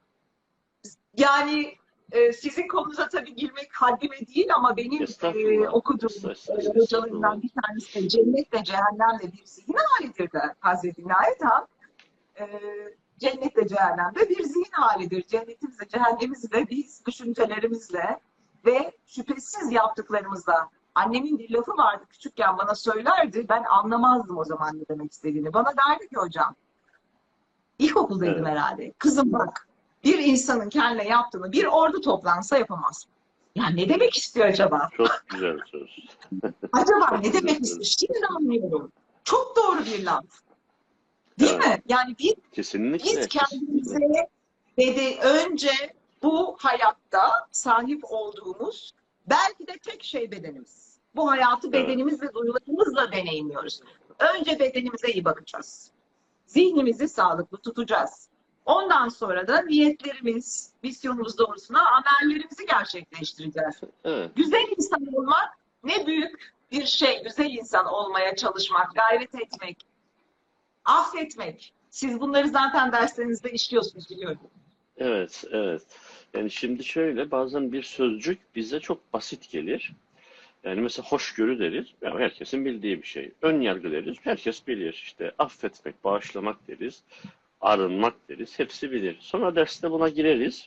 yani e, sizin konunuza tabii girmek haddime değil ama benim e, Estağfurullah. okuduğum Estağfurullah. e, Estağfurullah. hocalarımdan bir tanesi de cennetle cehennemle bir zihin halidir de Hazreti Nihayet Han. E, cennetle cehennemde bir zihin halidir. Cennetimizle, cehennemimizle, biz düşüncelerimizle ve şüphesiz yaptıklarımızla. Annemin bir lafı vardı küçükken bana söylerdi. Ben anlamazdım o zaman ne demek istediğini. Bana derdi ki hocam, ilkokuldaydım Evet. herhalde. Kızım bak, bir insanın kendine yaptığını bir ordu toplansa yapamaz. Ya ne demek istiyor acaba? Çok güzel söz. Acaba Çok ne güzel demek söz. istiyor? Şimdi anlıyorum. Çok doğru bir laf. Değil Evet. mi? Yani biz, biz Kesinlikle. kendimize Kesinlikle. ve de önce bu hayatta sahip olduğumuz belki de tek şey bedenimiz. Bu hayatı Evet. bedenimiz ve duyularımızla deneyimliyoruz. Önce bedenimize iyi bakacağız. Zihnimizi sağlıklı tutacağız. Ondan sonra da niyetlerimiz, misyonumuz doğrusuna amellerimizi gerçekleştireceğiz. Evet. Güzel insan olmak ne büyük bir şey. Güzel insan olmaya çalışmak, gayret etmek, affetmek. Siz bunları zaten derslerinizde işliyorsunuz biliyorum. Evet. Evet. Yani şimdi şöyle bazen bir sözcük bize çok basit gelir. Yani mesela hoşgörü deriz. Yani herkesin bildiği bir şey. Ön yargı deriz. Herkes bilir. İşte affetmek, bağışlamak deriz. Arınmak deriz. Hepsi bilir. Sonra derste buna gireriz.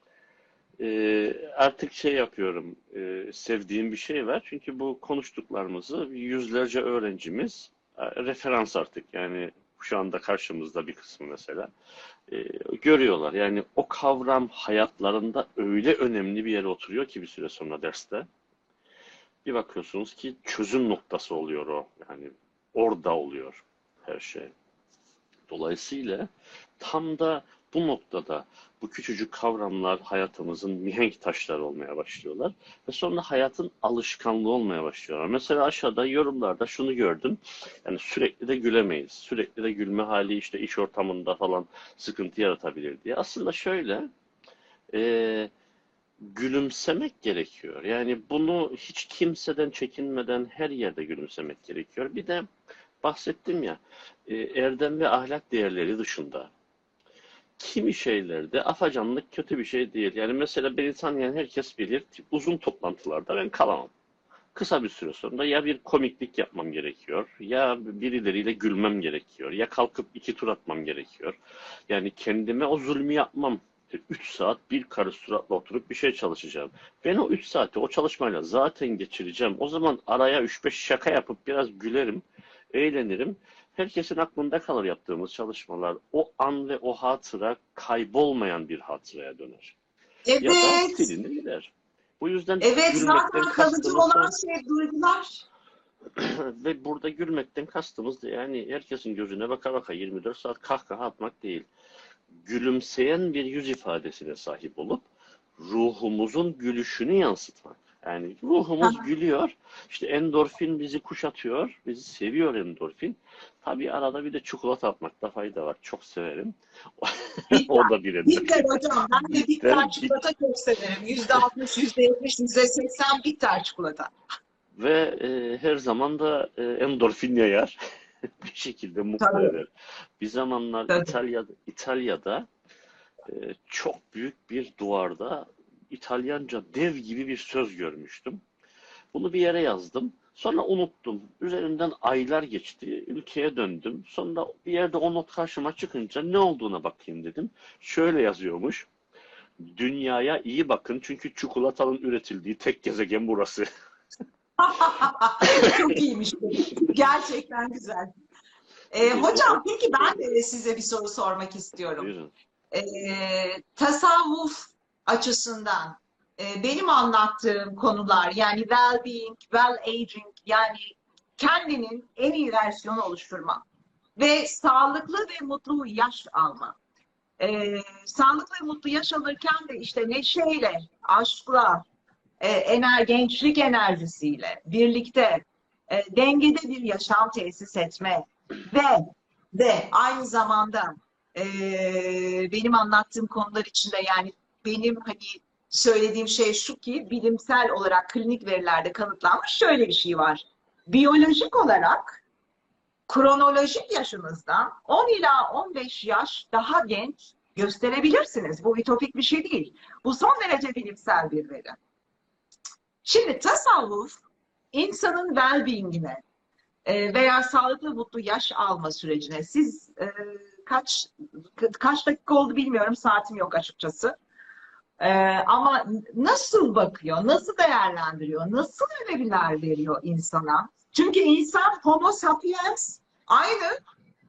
Ee, artık şey yapıyorum. E, sevdiğim bir şey var. Çünkü bu konuştuklarımızı yüzlerce öğrencimiz e, referans artık. Yani şu anda karşımızda bir kısmı mesela e, görüyorlar. Yani o kavram hayatlarında öyle önemli bir yere oturuyor ki bir süre sonra derste. Bir bakıyorsunuz ki çözüm noktası oluyor o. Yani orada oluyor her şey. Dolayısıyla tam da bu noktada bu küçücük kavramlar hayatımızın mihenk taşları olmaya başlıyorlar ve sonra hayatın alışkanlığı olmaya başlıyorlar. Mesela aşağıda yorumlarda şunu gördüm. Yani sürekli de gülemeyiz. Sürekli de gülme hali işte iş ortamında falan sıkıntı yaratabilir diye. Aslında şöyle e, gülümsemek gerekiyor. Yani bunu hiç kimseden çekinmeden her yerde gülümsemek gerekiyor. Bir de bahsettim ya e, erdem ve ahlak değerleri dışında kimi şeylerde afacanlık kötü bir şey değil. Yani mesela beni tanıyan herkes bilir uzun toplantılarda ben kalamam. Kısa bir süre sonra ya bir komiklik yapmam gerekiyor, ya birileriyle gülmem gerekiyor, ya kalkıp iki tur atmam gerekiyor. Yani kendime o zulmü yapmam. Üç saat bir karış suratla oturup bir şey çalışacağım. Ben o üç saati o çalışmayla zaten geçireceğim. O zaman araya üç beş şaka yapıp biraz gülerim. eğlenirim. Herkesin aklında kalır yaptığımız çalışmalar. O an ve o hatıra kaybolmayan bir hatıraya döner. Ya da Evet, silinir gider. Bu yüzden evet gülmekten zaten kalıcı kastımız olan da şey duygular. ve burada gülmekten kastımız da yani herkesin gözüne baka baka yirmi dört saat kahkaha atmak değil. Gülümseyen bir yüz ifadesine sahip olup ruhumuzun gülüşünü yansıtmak. Yani ruhumuz gülüyor. İşte endorfin bizi kuşatıyor. Bizi seviyor endorfin. Tabii arada bir de çikolata atmakta fayda var. Çok severim. O Bitter. da bir Bitter endorfin. hocam. Ben de Bitter, bitter bit çikolata çok severim. Yüzde altmış, yüzde yetmiş, yüzde seksen bitter çikolata. ve e, her zaman da e, endorfin yayar. Bir şekilde mutlu Tabii, eder. Bir zamanlar tabii. İtalya'da, İtalya'da e, çok büyük bir duvarda İtalyanca dev gibi bir söz görmüştüm. Bunu bir yere yazdım. Sonra unuttum. Üzerinden aylar geçti. Ülkeye döndüm. Sonra bir yerde o not karşıma çıkınca ne olduğuna bakayım dedim. Şöyle yazıyormuş. Dünyaya iyi bakın çünkü çikolatanın üretildiği tek gezegen burası. Çok iyiymiş bu. Gerçekten güzel. Ee, Bu da hocam peki ben de size bir soru sormak istiyorum. buyurun. Ee, tasavvuf açısından e, benim anlattığım konular yani well-being, well-aging yani kendinin en iyi versiyonu oluşturma ve sağlıklı ve mutlu yaş alma. Ee, sağlıklı ve mutlu yaş alırken de işte neşeyle, aşkla, e, ener gençlik enerjisiyle birlikte e, dengede bir yaşam tesis etme ve ve aynı zamanda e, benim anlattığım konular içinde yani benim hani söylediğim şey şu ki bilimsel olarak klinik verilerde kanıtlanmış şöyle bir şey var. Biyolojik olarak kronolojik yaşınızdan on ila on beş yaş daha genç gösterebilirsiniz. Bu ütopik bir şey değil. Bu son derece bilimsel bir veri. Şimdi tasavvuf insanın well-being'ine e, veya sağlıklı mutlu yaş alma sürecine siz e, kaç kaç dakika oldu bilmiyorum saatim yok açıkçası. E, ama nasıl bakıyor, nasıl değerlendiriyor, nasıl öneriler veriyor insana? Çünkü insan Homo sapiens aynı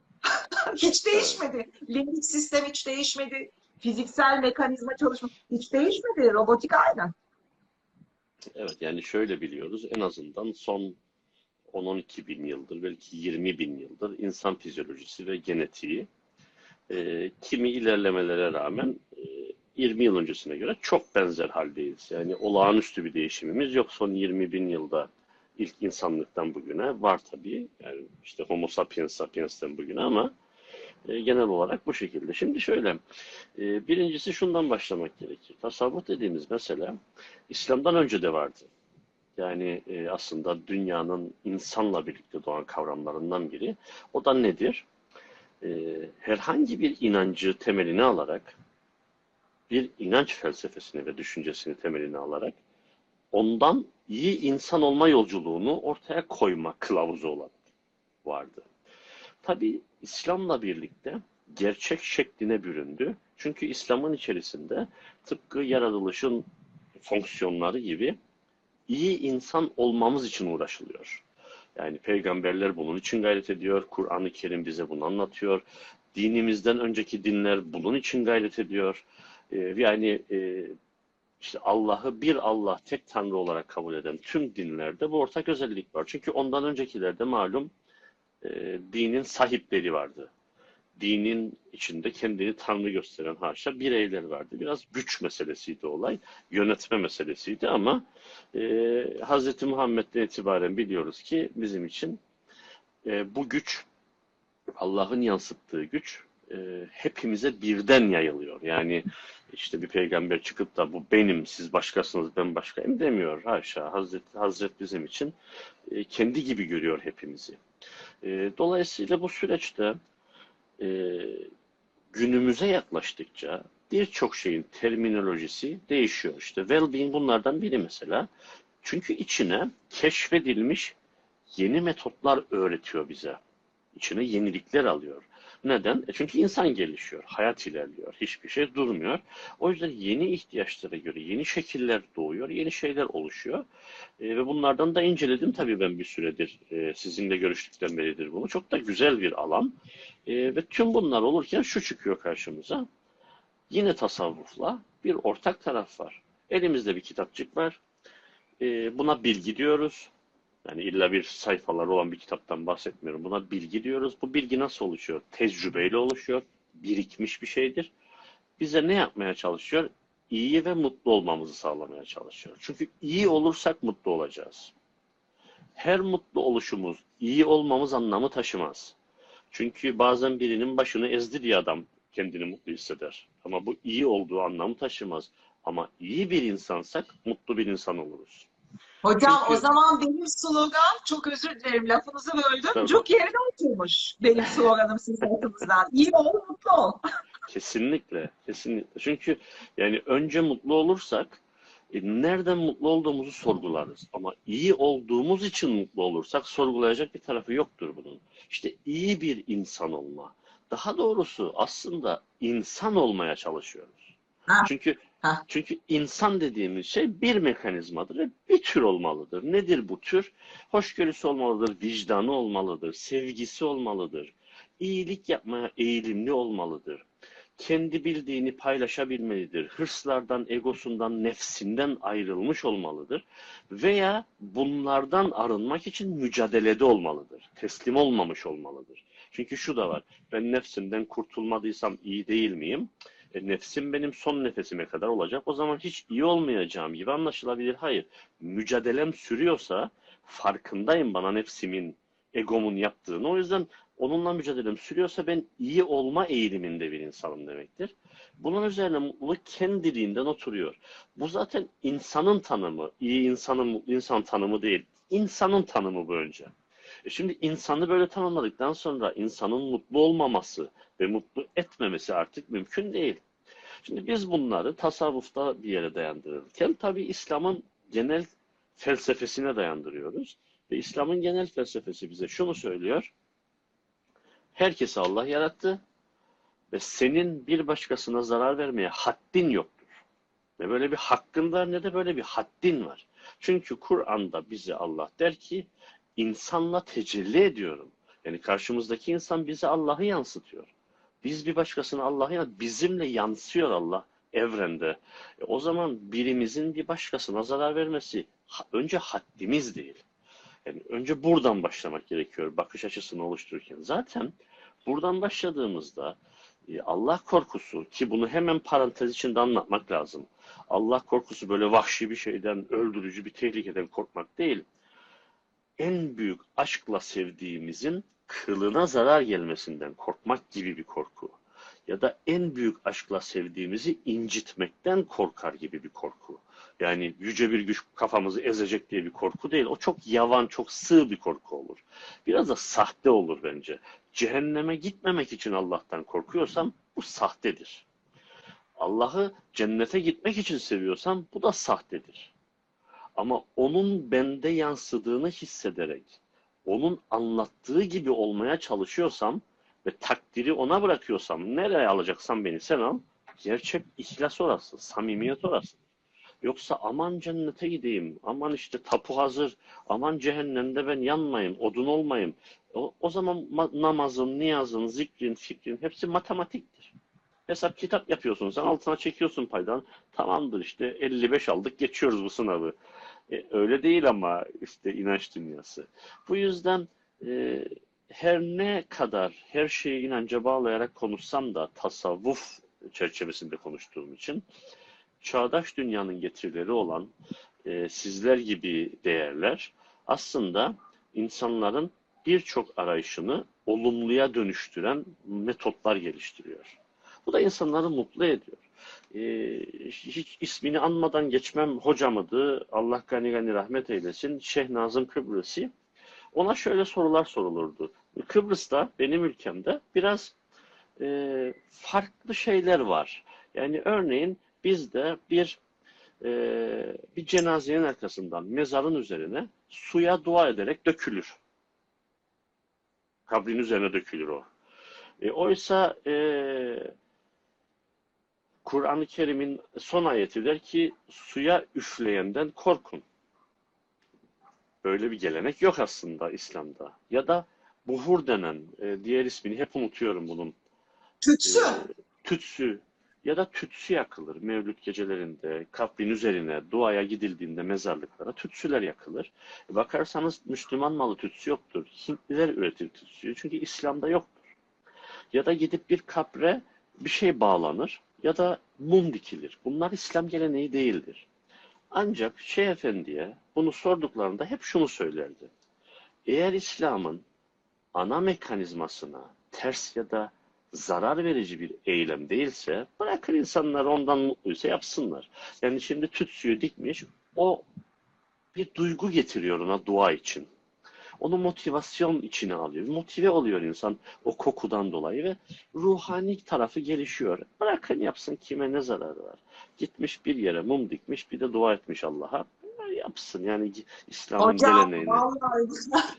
hiç Evet. değişmedi. Limbik sistem hiç değişmedi. Fiziksel mekanizma çalışma hiç değişmedi. Robotik aynı. Evet, yani şöyle biliyoruz. En azından son on on iki bin yıldır, belki yirmi bin yıldır insan fizyolojisi ve genetiği e, kimi ilerlemelere rağmen e, yirmi yıl öncesine göre çok benzer haldeyiz. Yani olağanüstü bir değişimimiz yok son yirmi bin yılda ilk insanlıktan bugüne var tabii. Yani işte Homo sapiens sapiens'ten bugüne ama e, genel olarak bu şekilde. Şimdi şöyle, e, birincisi şundan başlamak gerekir. Tasavvuf dediğimiz mesela İslam'dan önce de vardı. Yani e, aslında dünyanın insanla birlikte doğan kavramlarından biri. O da nedir? E, herhangi bir inancı temelini alarak, bir inanç felsefesini ve düşüncesini temelini alarak ondan iyi insan olma yolculuğunu ortaya koyma kılavuzu olarak vardı. Tabii İslam'la birlikte gerçek şekline büründü. Çünkü İslam'ın içerisinde tıpkı yaratılışın fonksiyonları gibi iyi insan olmamız için uğraşılıyor. Yani peygamberler bunun için gayret ediyor. Kur'an-ı Kerim bize bunu anlatıyor. Dinimizden önceki dinler bunun için gayret ediyor. Ee, yani e, işte Allah'ı bir Allah, tek Tanrı olarak kabul eden tüm dinlerde bu ortak özellik var. Çünkü ondan öncekilerde malum e, dinin sahipleri vardı. Dinin içinde kendini Tanrı gösteren haşa bireyler vardı. Biraz güç meselesiydi olay, yönetme meselesiydi ama e, Hz. Muhammed'den itibaren biliyoruz ki bizim için e, bu güç, Allah'ın yansıttığı güç e, hepimize birden yayılıyor. Yani işte bir peygamber çıkıp da bu benim, siz başkasınız, ben başkayım demiyor. Haşa, Hazret, Hazret bizim için e, kendi gibi görüyor hepimizi. E, dolayısıyla bu süreçte e, günümüze yaklaştıkça birçok şeyin terminolojisi değişiyor. İşte well-being bunlardan biri mesela. Çünkü içine keşfedilmiş yeni metotlar öğretiyor bize. İçine yenilikler alıyor. Neden? E çünkü insan gelişiyor, hayat ilerliyor, hiçbir şey durmuyor. O yüzden yeni ihtiyaçlara göre yeni şekiller doğuyor, yeni şeyler oluşuyor. E, ve bunlardan da inceledim tabii ben bir süredir. E, sizinle görüştükten beridir bunu. Çok da güzel bir alan. E, ve tüm bunlar olurken şu çıkıyor karşımıza. Yine tasavvufla bir ortak taraf var. Elimizde bir kitapçık var. E, buna bilgi diyoruz. Yani illa bir sayfalar olan bir kitaptan bahsetmiyorum. Buna bilgi diyoruz. Bu bilgi nasıl oluşuyor? Tecrübeyle oluşuyor. Birikmiş bir şeydir. Bize ne yapmaya çalışıyor? İyi ve mutlu olmamızı sağlamaya çalışıyor. Çünkü iyi olursak mutlu olacağız. Her mutlu oluşumuz iyi olmamız anlamı taşımaz. Çünkü bazen birinin başını ezdi diye adam kendini mutlu hisseder. Ama bu iyi olduğu anlamı taşımaz. Ama iyi bir insansak mutlu bir insan oluruz. Hocam o Çünkü zaman benim slogan, çok özür dilerim lafınızı böldüm. tabii, Çok yerine oturmuş benim sloganım sizin tarafınızdan. İyi ol, mutlu ol. kesinlikle, kesinlikle. Çünkü yani önce mutlu olursak e, nereden mutlu olduğumuzu sorgularız. Ama iyi olduğumuz için mutlu olursak sorgulayacak bir tarafı yoktur bunun. İşte iyi bir insan olma. Daha doğrusu aslında insan olmaya çalışıyoruz. Ha, Çünkü ha. çünkü insan dediğimiz şey bir mekanizmadır ve bir tür olmalıdır. Nedir bu tür? Hoşgörüsü olmalıdır, vicdanı olmalıdır, sevgisi olmalıdır, iyilik yapmaya eğilimli olmalıdır. Kendi bildiğini paylaşabilmelidir. Hırslardan, egosundan, nefsinden ayrılmış olmalıdır. Veya bunlardan arınmak için mücadelede olmalıdır. Teslim olmamış olmalıdır. Çünkü şu da var. Ben nefsimden kurtulmadıysam iyi değil miyim? E, nefsim benim son nefesime kadar olacak. O zaman hiç iyi olmayacağım gibi anlaşılabilir. Hayır. Mücadelem sürüyorsa farkındayım bana nefsimin, egomun yaptığını. O yüzden onunla mücadelem sürüyorsa ben iyi olma eğiliminde bir insanım demektir. Bunun üzerine mutluluk kendiliğinden oturuyor. Bu zaten insanın tanımı. İyi insanın, mutlu insan tanımı değil. İnsanın tanımı bu önce. E şimdi insanı böyle tanımladıktan sonra insanın mutlu olmaması ve mutlu etmemesi artık mümkün değil. Şimdi biz bunları tasavvufta bir yere dayandırırken tabii İslam'ın genel felsefesine dayandırıyoruz. Ve İslam'ın genel felsefesi bize şunu söylüyor. Herkesi Allah yarattı ve senin bir başkasına zarar vermeye haddin yoktur. Ne böyle bir hakkın var ne de böyle bir haddin var. Çünkü Kur'an'da bize Allah der ki insanla tecelli ediyorum. Yani karşımızdaki insan bize Allah'ı yansıtıyor. Biz bir başkasına Allah'ı yansıtıyor. Bizimle yansıyor Allah evrende. E o zaman birimizin bir başkasına zarar vermesi önce haddimiz değil. Yani önce buradan başlamak gerekiyor bakış açısını oluştururken. Zaten buradan başladığımızda Allah korkusu, ki bunu hemen parantez içinde anlatmak lazım. Allah korkusu böyle vahşi bir şeyden, öldürücü bir tehlikeden korkmak değil. En büyük aşkla sevdiğimizin kılına zarar gelmesinden korkmak gibi bir korku. Ya da en büyük aşkla sevdiğimizi incitmekten korkar gibi bir korku. Yani yüce bir güç kafamızı ezecek diye bir korku değil. O çok yavan, çok sığ bir korku olur. Biraz da sahte olur bence. Cehenneme gitmemek için Allah'tan korkuyorsam bu sahtedir. Allah'ı cennete gitmek için seviyorsam bu da sahtedir. Ama onun bende yansıdığını hissederek, onun anlattığı gibi olmaya çalışıyorsam ve takdiri ona bırakıyorsam, nereye alacaksan beni sen al, gerçek ihlas orası, samimiyet orası. Yoksa aman cennete gideyim, aman işte tapu hazır, aman cehennemde ben yanmayayım, odun olmayayım. O, o zaman namazın, niyazın, zikrin, fikrin hepsi matematiktir. Hesap kitap yapıyorsun, sen altına çekiyorsun paydan. Tamamdır işte elli beş aldık, geçiyoruz bu sınavı. E, öyle değil ama işte inanç dünyası. Bu yüzden e, her ne kadar her şeyi inanca bağlayarak konuşsam da tasavvuf çerçevesinde konuştuğum için çağdaş dünyanın getirileri olan e, sizler gibi değerler aslında insanların birçok arayışını olumluya dönüştüren metotlar geliştiriyor. Bu da insanları mutlu ediyor. Ee, hiç ismini anmadan geçmem hocamıdı. Allah gani gani rahmet eylesin. Şeyh Nazım Kıbrısi. Ona şöyle sorular sorulurdu. Kıbrıs'ta, benim ülkemde biraz e, farklı şeyler var. Yani örneğin bizde bir e, bir cenazenin arkasından mezarın üzerine suya dua ederek dökülür. Kabrin üzerine dökülür o. E, oysa e, Kur'an-ı Kerim'in son ayeti der ki suya üfleyenden korkun. Böyle bir gelenek yok aslında İslam'da. Ya da buhur denen, e, diğer ismini hep unutuyorum bunun. E, Tütsü. tütsü ya da tütsü yakılır. Mevlüt gecelerinde, kabrin üzerine, duaya gidildiğinde mezarlıklara tütsüler yakılır. E, bakarsanız Müslüman malı tütsü yoktur. Hintliler üretir tütsüyü. Çünkü İslam'da yoktur. Ya da gidip bir kabre bir şey bağlanır ya da mum dikilir. Bunlar İslam geleneği değildir. Ancak Şeyh Efendi'ye bunu sorduklarında hep şunu söylerdi. Eğer İslam'ın ana mekanizmasına ters ya da zarar verici bir eylem değilse bırakın insanlar ondan mutluysa yapsınlar. Yani şimdi tütsüyü dikmiş, o bir duygu getiriyor ona dua için. Onu motivasyon içine alıyor. Motive oluyor insan o kokudan dolayı ve ruhani tarafı gelişiyor. Bırakın yapsın, kime ne zararı var. Gitmiş bir yere mum dikmiş, bir de dua etmiş Allah'a. Yapsın yani İslam'ın Hocam geleneğini. vallahi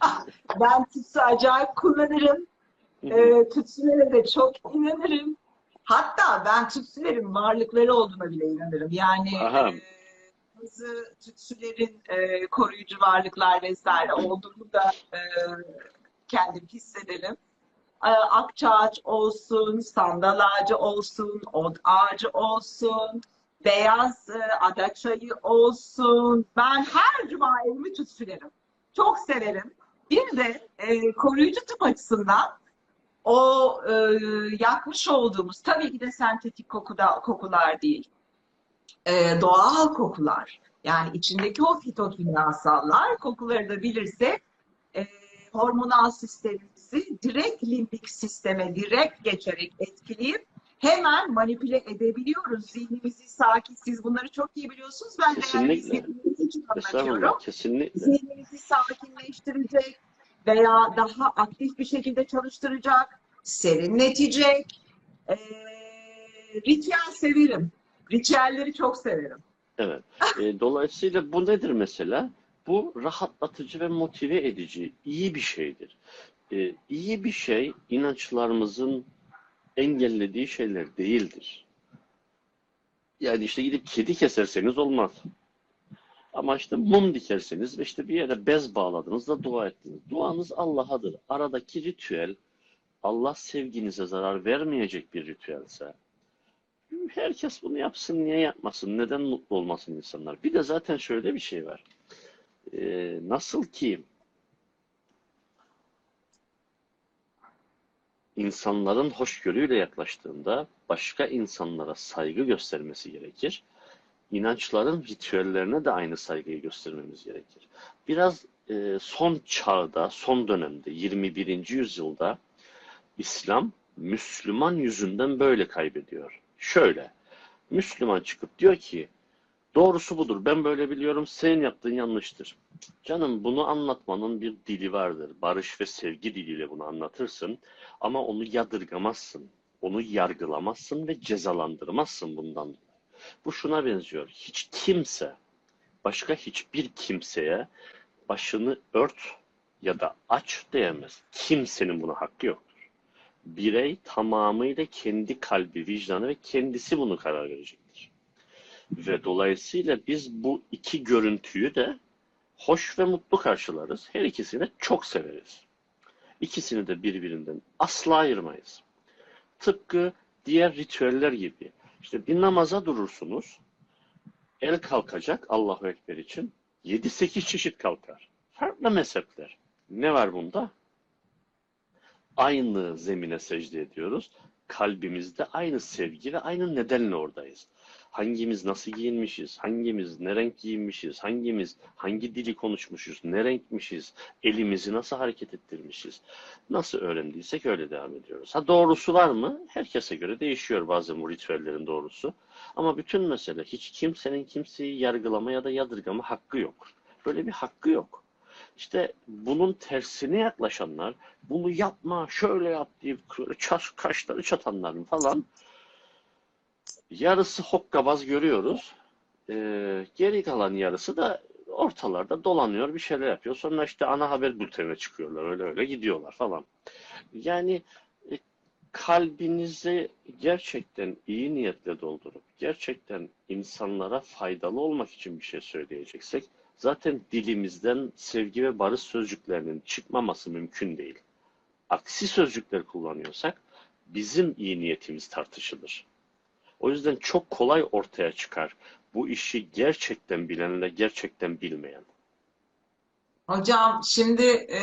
ben tütsü acayip kullanırım. Hı hı. Ee, tütsülere de çok inanırım. Hatta ben tütsülerin varlıkları olduğuna bile inanırım. Yani Aha. e, bazı tütsülerin e, koruyucu varlıklar vesaire olduğunu da e, kendim hissederim. E, akçaağaç olsun, sandal ağacı olsun, od ağacı olsun, beyaz e, adaçayı olsun. Ben her cuma evimi tütsülerim. Çok severim. Bir de e, koruyucu tıp açısından o e, yakmış olduğumuz, tabii ki de sentetik kokuda, kokular değil, e, doğal kokular. Yani içindeki o fitokimyasallar, kokuları da bilirsek e, hormonal sistemimizi direkt limbik sisteme direkt geçerek etkileyip hemen manipüle edebiliyoruz. Zihnimizi sakin, siz bunları çok iyi biliyorsunuz. Ben değerli Kesinlikle. izleyicilerimiz için anlatıyorum. Estağfurullah, kesinlikle. Zihnimizi sakinleştirecek veya daha aktif bir şekilde çalıştıracak, serinletecek. Ee, ritüel severim. Ritüelleri çok severim. Evet. E, dolayısıyla bu nedir mesela? Bu rahatlatıcı ve motive edici, iyi bir şeydir. E, iyi bir şey inançlarımızın engellediği şeyler değildir. Yani işte gidip kedi keserseniz olmaz. Ama işte mum dikerseniz ve işte bir yere bez bağladınız da dua ettiniz. Duanız Allah'adır. Aradaki ritüel Allah sevginize zarar vermeyecek bir ritüelse herkes bunu yapsın, niye yapmasın, neden mutlu olmasın insanlar? Bir de zaten şöyle bir şey var. Ee, nasıl ki insanların hoşgörüyle yaklaştığında başka insanlara saygı göstermesi gerekir. İnançların ritüellerine de aynı saygıyı göstermemiz gerekir. Biraz e, son çağda, son dönemde, yirmi birinci yüzyılda İslam Müslüman yüzünden böyle kaybediyor. Şöyle, Müslüman çıkıp diyor ki, doğrusu budur, ben böyle biliyorum, senin yaptığın yanlıştır. Canım bunu anlatmanın bir dili vardır. Barış ve sevgi diliyle bunu anlatırsın ama onu yadırgamazsın. Onu yargılamazsın ve cezalandırmazsın bundan. Bu şuna benziyor. Hiç kimse, başka hiçbir kimseye başını ört ya da aç diyemez. Kimsenin buna hakkı yoktur. Birey tamamıyla kendi kalbi, vicdanı ve kendisi bunu karar verecektir. Ve dolayısıyla biz bu iki görüntüyü de hoş ve mutlu karşılarız. Her ikisini de çok severiz. İkisini de birbirinden asla ayırmayız. Tıpkı diğer ritüeller gibi. İşte bir namaza durursunuz. El kalkacak Allahu Ekber için. yedi sekiz çeşit kalkar. Farklı mezhepler. Ne var bunda? Aynı zemine secde ediyoruz. Kalbimizde aynı sevgi ve aynı nedenle oradayız. Hangimiz nasıl giyinmişiz, hangimiz ne renk giyinmişiz, hangimiz hangi dili konuşmuşuz, ne renkmişiz, elimizi nasıl hareket ettirmişiz, nasıl öğrendiysek öyle devam ediyoruz. Ha doğrusu var mı? Herkese göre değişiyor bazen bu ritüellerin doğrusu. Ama bütün mesele hiç kimsenin kimseyi yargılama ya da yadırgama hakkı yok. Böyle bir hakkı yok. İşte bunun tersine yaklaşanlar, bunu yapma, şöyle yap deyip kaşları çatanların falan yarısı hokkabaz görüyoruz. Ee, geri kalan yarısı da ortalarda dolanıyor, bir şeyler yapıyor. Sonra işte ana haber bültenine çıkıyorlar, öyle öyle gidiyorlar falan. Yani e, kalbinizi gerçekten iyi niyetle doldurup, gerçekten insanlara faydalı olmak için bir şey söyleyeceksek, zaten dilimizden sevgi ve barış sözcüklerinin çıkmaması mümkün değil. Aksi sözcükler kullanıyorsak, bizim iyi niyetimiz tartışılır. O yüzden çok kolay ortaya çıkar bu işi gerçekten bilenle gerçekten bilmeyen. Hocam şimdi e,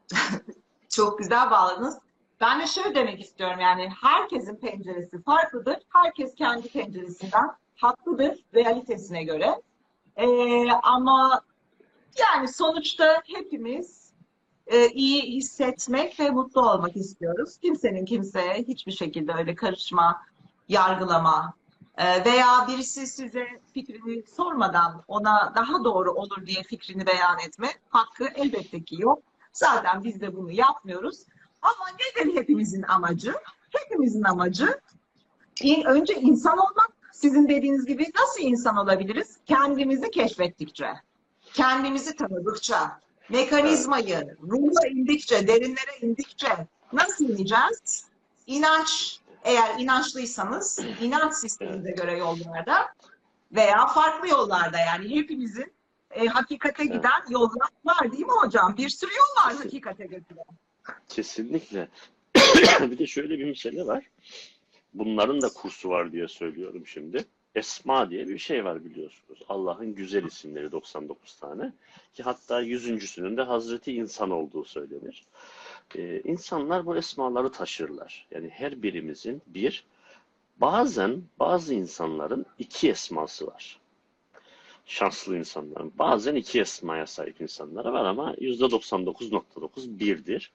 çok güzel bağladınız. Ben de şöyle demek istiyorum, yani herkesin penceresi farklıdır. Herkes kendi penceresinden haklıdır realitesine göre. E, ama yani sonuçta hepimiz e, iyi hissetmek ve mutlu olmak istiyoruz. Kimsenin kimseye hiçbir şekilde öyle karışma, yargılama e, veya birisi size fikrini sormadan ona daha doğru olur diye fikrini beyan etme hakkı elbette ki yok. Zaten biz de bunu yapmıyoruz. Ama nedir hepimizin amacı? Hepimizin amacı in- önce insan olmak. Sizin dediğiniz gibi nasıl insan olabiliriz? Kendimizi keşfettikçe, kendimizi tanıdıkça, Evet, mekanizmayı ruha indikçe, derinlere indikçe nasıl ineceğiz? İnanç, eğer inançlıysanız inanç evet. sistemimize göre yollarda veya farklı yollarda, yani hepimizin e, hakikate Evet. giden yollar var değil mi hocam? Bir sürü yol var Kesin, hakikate götüren. kesinlikle. Bir de şöyle bir mesele var. Bunların da kursu var diye söylüyorum şimdi. Esma diye bir şey var biliyorsunuz. Allah'ın güzel isimleri doksan dokuz tane. Ki hatta yüzüncüsünün de Hazreti İnsan olduğu söylenir. Ee, insanlar bu esmaları taşırlar. Yani her birimizin bir, bazen bazı insanların iki esması var. Şanslı insanların. Bazen iki esmaya sahip insanlara var ama yüzde doksan dokuz nokta dokuz birdir.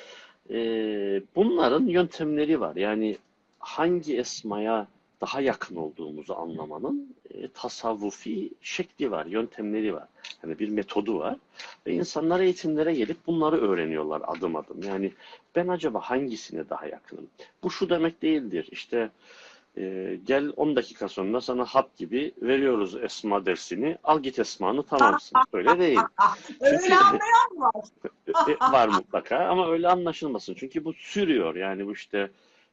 Ee, bunların yöntemleri var. Yani hangi esmaya daha yakın olduğumuzu anlamanın e, tasavvufi şekli var, yöntemleri var. Hani bir metodu var. Ve insanlar eğitimlere gelip bunları öğreniyorlar adım adım. Yani ben acaba hangisine daha yakınım? Bu şu demek değildir. İşte e, gel on dakika sonra sana hap gibi veriyoruz esma dersini. Al git esmanı tamamsın. Öyle değil. Öyle Çünkü anlayan var. E, var mutlaka ama öyle anlaşılmasın. Çünkü bu sürüyor. Yani bu işte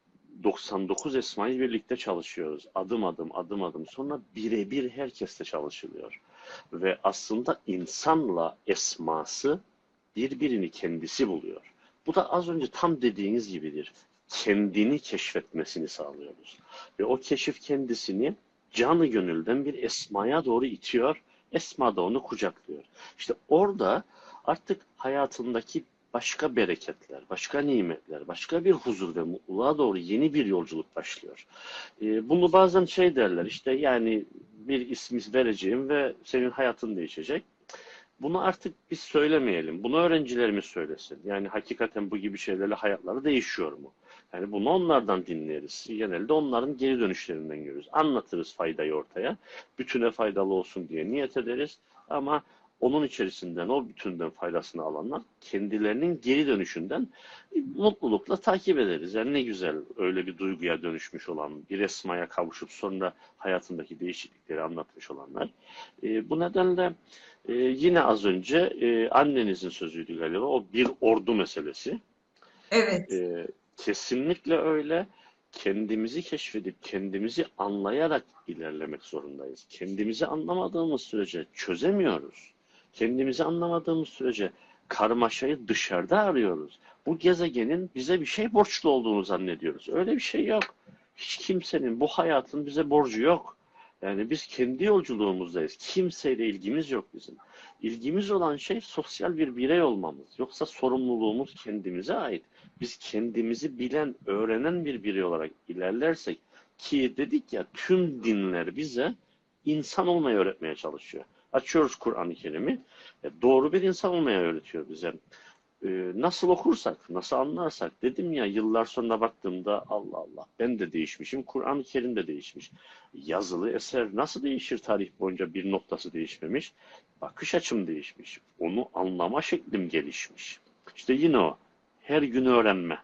doksan dokuz esmayı birlikte çalışıyoruz. Adım adım, adım adım. Sonra birebir herkesle çalışılıyor. Ve aslında insanla esması birbirini kendisi buluyor. Bu da az önce tam dediğiniz gibidir. Kendini keşfetmesini sağlıyoruz. Ve o keşif kendisini canı gönülden bir esmaya doğru itiyor. Esma da onu kucaklıyor. İşte orada artık hayatındaki başka bereketler, başka nimetler, başka bir huzur ve mutluluğa doğru yeni bir yolculuk başlıyor. Ee, bunu bazen şey derler işte yani bir ismi vereceğim ve senin hayatın değişecek. Bunu artık biz söylemeyelim. Bunu öğrencilerimiz söylesin. Yani hakikaten bu gibi şeylerle hayatları değişiyor mu? Yani bunu onlardan dinleriz. Genelde onların geri dönüşlerinden görürüz. Anlatırız faydayı ortaya. Bütüne faydalı olsun diye niyet ederiz. Ama onun içerisinden, o bütünden faydasını alanlar kendilerinin geri dönüşünden mutlulukla takip ederiz. Yani ne güzel öyle bir duyguya dönüşmüş olan, bir esmaya kavuşup sonra hayatındaki değişiklikleri anlatmış olanlar. E, bu nedenle ee, yine az önce e, annenizin sözüydü galiba. O bir ordu meselesi. Evet. Ee, kesinlikle öyle. Kendimizi keşfedip kendimizi anlayarak ilerlemek zorundayız. Kendimizi anlamadığımız sürece çözemiyoruz. Kendimizi anlamadığımız sürece karmaşayı dışarıda arıyoruz. Bu gezegenin bize bir şey borçlu olduğunu zannediyoruz. Öyle bir şey yok. Hiç kimsenin bu hayatın bize borcu yok. Yani biz kendi yolculuğumuzdayız. Kimseyle ilgimiz yok bizim. İlgimiz olan şey sosyal bir birey olmamız. Yoksa sorumluluğumuz kendimize ait. Biz kendimizi bilen, öğrenen bir birey olarak ilerlersek ki dedik ya tüm dinler bize insan olmayı öğretmeye çalışıyor. Açıyoruz Kur'an-ı Kerim'i. Doğru bir insan olmayı öğretiyor bize. Ee, nasıl okursak, nasıl anlarsak dedim ya yıllar sonra baktığımda Allah Allah ben de değişmişim. Kur'an-ı Kerim de değişmiş. Yazılı eser nasıl değişir tarih boyunca bir noktası değişmemiş. Bakış açım değişmiş. Onu anlama şeklim gelişmiş. İşte yine o. Her gün öğrenme.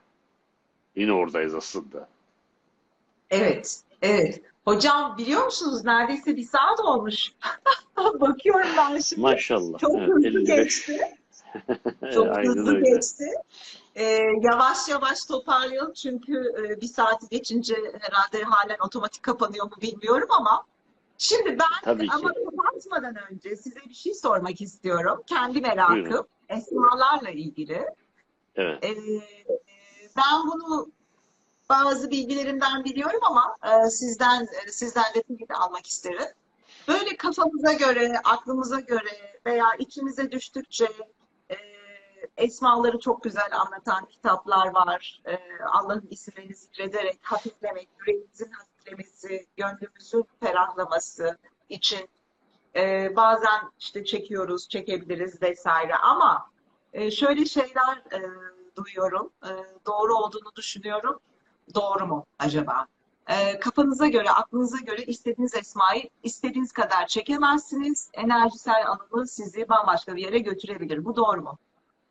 Yine oradayız aslında. Evet. Evet. Hocam biliyor musunuz, neredeyse bir saat olmuş. Bakıyorum ben şimdi. Maşallah. Çok Evet hızlı elli beş geçti. Çok Aynen hızlı öyle. geçti. Ee, yavaş yavaş toparlayalım çünkü e, bir saati geçince herhalde halen otomatik kapanıyor mu bilmiyorum ama şimdi ben Tabii ama ki. kapatmadan önce size bir şey sormak istiyorum. Kendi Buyurun. merakım esmalarla ilgili. Evet. Ee, ben bunu bazı bilgilerimden biliyorum ama e, sizden e, sizden de bilgi de almak isterim. Böyle kafamıza göre, aklımıza göre veya içimize düştükçe e, esmaları çok güzel anlatan kitaplar var. E, Allah'ın isimlerini zikrederek hafiflemek, yüreğimizin hafiflemesi, gönlümüzün ferahlaması için e, bazen işte çekiyoruz, çekebiliriz vesaire. Ama e, şöyle şeyler e, duyuyorum, e, doğru olduğunu düşünüyorum. Doğru mu acaba? E, kafanıza göre, aklınıza göre istediğiniz esmayı istediğiniz kadar çekemezsiniz. Enerjisel anlamı sizi bambaşka bir yere götürebilir. Bu doğru mu?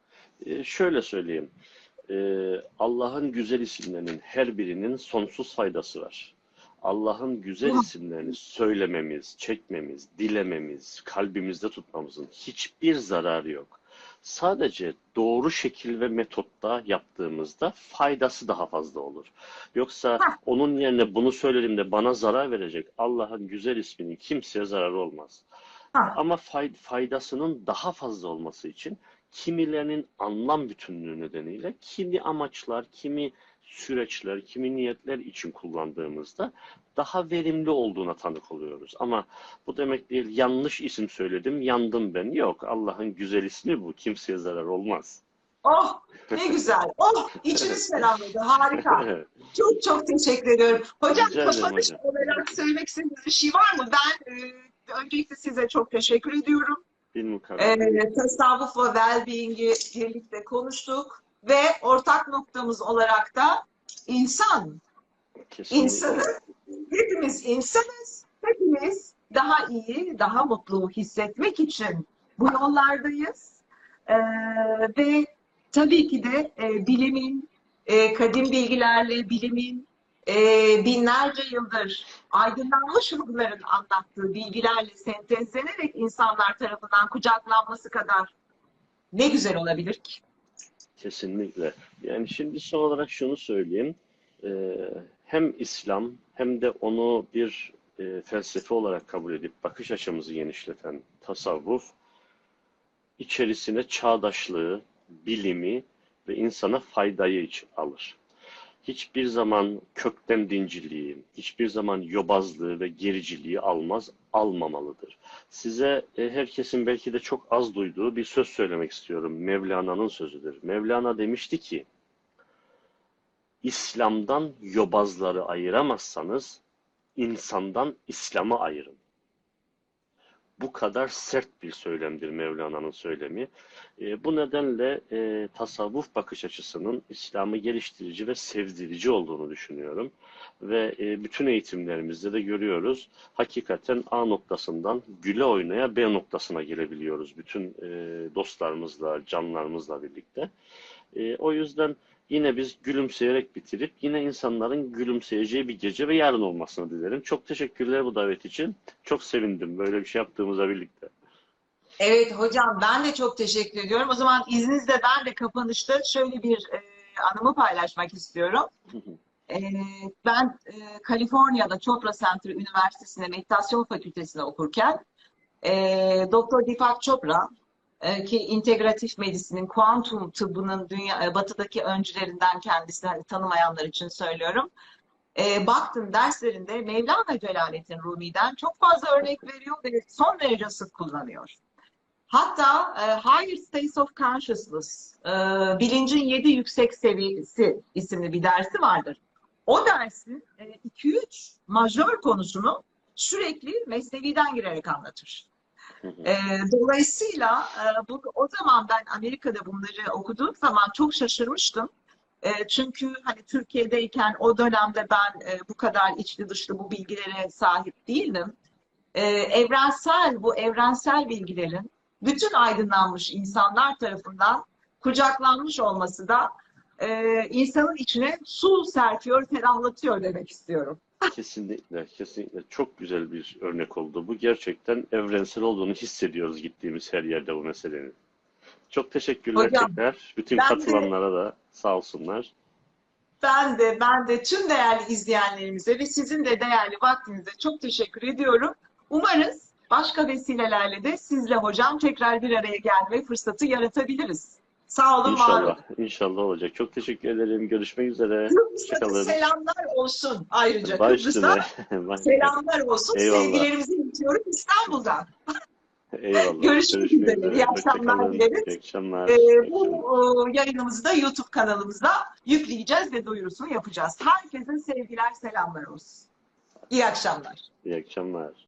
Ee, şöyle söyleyeyim. Ee, Allah'ın güzel isimlerinin her birinin sonsuz faydası var. Allah'ın güzel isimlerini söylememiz, çekmemiz, dilememiz, kalbimizde tutmamızın hiçbir zararı yok. Sadece doğru şekil ve metotta yaptığımızda faydası daha fazla olur. Yoksa Heh, onun yerine bunu söyledim de bana zarar verecek Allah'ın güzel isminin kimseye zararı olmaz. heh. Ama faydasının daha fazla olması için kimilerinin anlam bütünlüğü nedeniyle kimi amaçlar, kimi süreçler, kimi niyetler için kullandığımızda daha verimli olduğuna tanık oluyoruz. Ama bu demek değil yanlış isim söyledim, yandım ben. Yok, Allah'ın güzel ismi bu. Kimseye zarar olmaz. Oh, ne güzel. Oh, içimiz ferahladı. Harika. Çok çok teşekkür ediyorum. Hocam Rica ederim kapanış hocam. olarak söylemek istediğiniz bir şey var mı? Ben e, öncelikle size çok teşekkür ediyorum. Bilmukabele. E, tasavvuf ve well-being'i birlikte konuştuk ve ortak noktamız olarak da insan, Kesinlikle. insanı, hepimiz insanız, hepimiz daha iyi, daha mutlu hissetmek için bu yollardayız. E, ve tabii ki de e, bilimin, e, kadim bilgilerle, bilimin e, binlerce yıldır aydınlanmış ruhların anlattığı bilgilerle sentezlenerek insanlar tarafından kucaklanması kadar ne güzel olabilir ki? Kesinlikle. Yani şimdi son olarak şunu söyleyeyim. Ee, hem İslam hem de onu bir e, felsefe olarak kabul edip bakış açımızı genişleten tasavvuf içerisine çağdaşlığı, bilimi ve insana faydayı iç alır. Hiçbir zaman kökten dinciliği, hiçbir zaman yobazlığı ve gericiliği almaz, almamalıdır. Size e, herkesin belki de çok az duyduğu bir söz söylemek istiyorum. Mevlana'nın sözüdür. Mevlana demişti ki, İslam'dan yobazları ayıramazsanız, insandan İslam'ı ayırın. Bu kadar sert bir söylemdir Mevlana'nın söylemi. E, bu nedenle e, tasavvuf bakış açısının İslam'ı geliştirici ve sevdirici olduğunu düşünüyorum. Ve e, bütün eğitimlerimizde de görüyoruz. Hakikaten A noktasından güle oynaya B noktasına gelebiliyoruz. Bütün e, dostlarımızla, canlarımızla birlikte. E, o yüzden yine biz gülümseyerek bitirip yine insanların gülümseyeceği bir gece ve yarın olmasını dilerim. Çok teşekkürler bu davet için. Çok sevindim böyle bir şey yaptığımıza birlikte. Evet hocam ben de çok teşekkür ediyorum. O zaman izninizle ben de kapanışta şöyle bir e, anımı paylaşmak istiyorum. E, ben e, Kaliforniya'da Chopra Center Üniversitesi'nde meditasyon fakültesinde okurken e, Doktor Deepak Chopra e, ki integratif medisinin, kuantum tıbbının dünya, e, batıdaki öncülerinden kendisi hani tanımayanlar için söylüyorum. E, baktım derslerinde Mevlana Celaleddin Rumi'den çok fazla örnek veriyor ve son derece sık kullanıyor. Hatta e, Higher States of Consciousness, e, Bilincin Yedi Yüksek Seviyesi isimli bir dersi vardır. O dersin iki üç majör konusunu sürekli Mesnevi'den girerek anlatır. E, dolayısıyla e, bu, o zaman ben Amerika'da bunları okuduğum zaman çok şaşırmıştım. E, çünkü hani Türkiye'deyken o dönemde ben e, bu kadar içli dışlı bu bilgilere sahip değildim. E, evrensel, bu evrensel bilgilerin bütün aydınlanmış insanlar tarafından kucaklanmış olması da e, insanın içine su serpiyor, ferahlatıyor demek istiyorum. Kesinlikle, kesinlikle çok güzel bir örnek oldu. Bu gerçekten evrensel olduğunu hissediyoruz gittiğimiz her yerde bu meselenin. Çok teşekkürler Hocam, tekrar. Bütün ben de- katılanlara da sağ olsunlar. Ben de ben de tüm değerli izleyenlerimize ve sizin de değerli vaktinize çok teşekkür ediyorum. Umarız başka vesilelerle de sizle hocam tekrar bir araya gelme fırsatı yaratabiliriz. Sağ olun, var olun. İnşallah, inşallah olacak. Çok teşekkür ederim. Görüşmek üzere. Kıbrıs'a Hoşçakalın. selamlar olsun ayrıca. Baş Kıbrıs'a üstüne. Baş- selamlar olsun. Eyvallah. Sevgilerimizi iletiyorum İstanbul'dan. Eyvallah. Görüşmek üzere. İyi akşamlar Hoşçakalın. dileriz. İyi akşamlar. Ee, İyi bu akşamlar. e, yayınımızı da YouTube kanalımıza yükleyeceğiz ve duyurusunu yapacağız. Herkese sevgiler, selamlar olsun. İyi akşamlar. İyi akşamlar.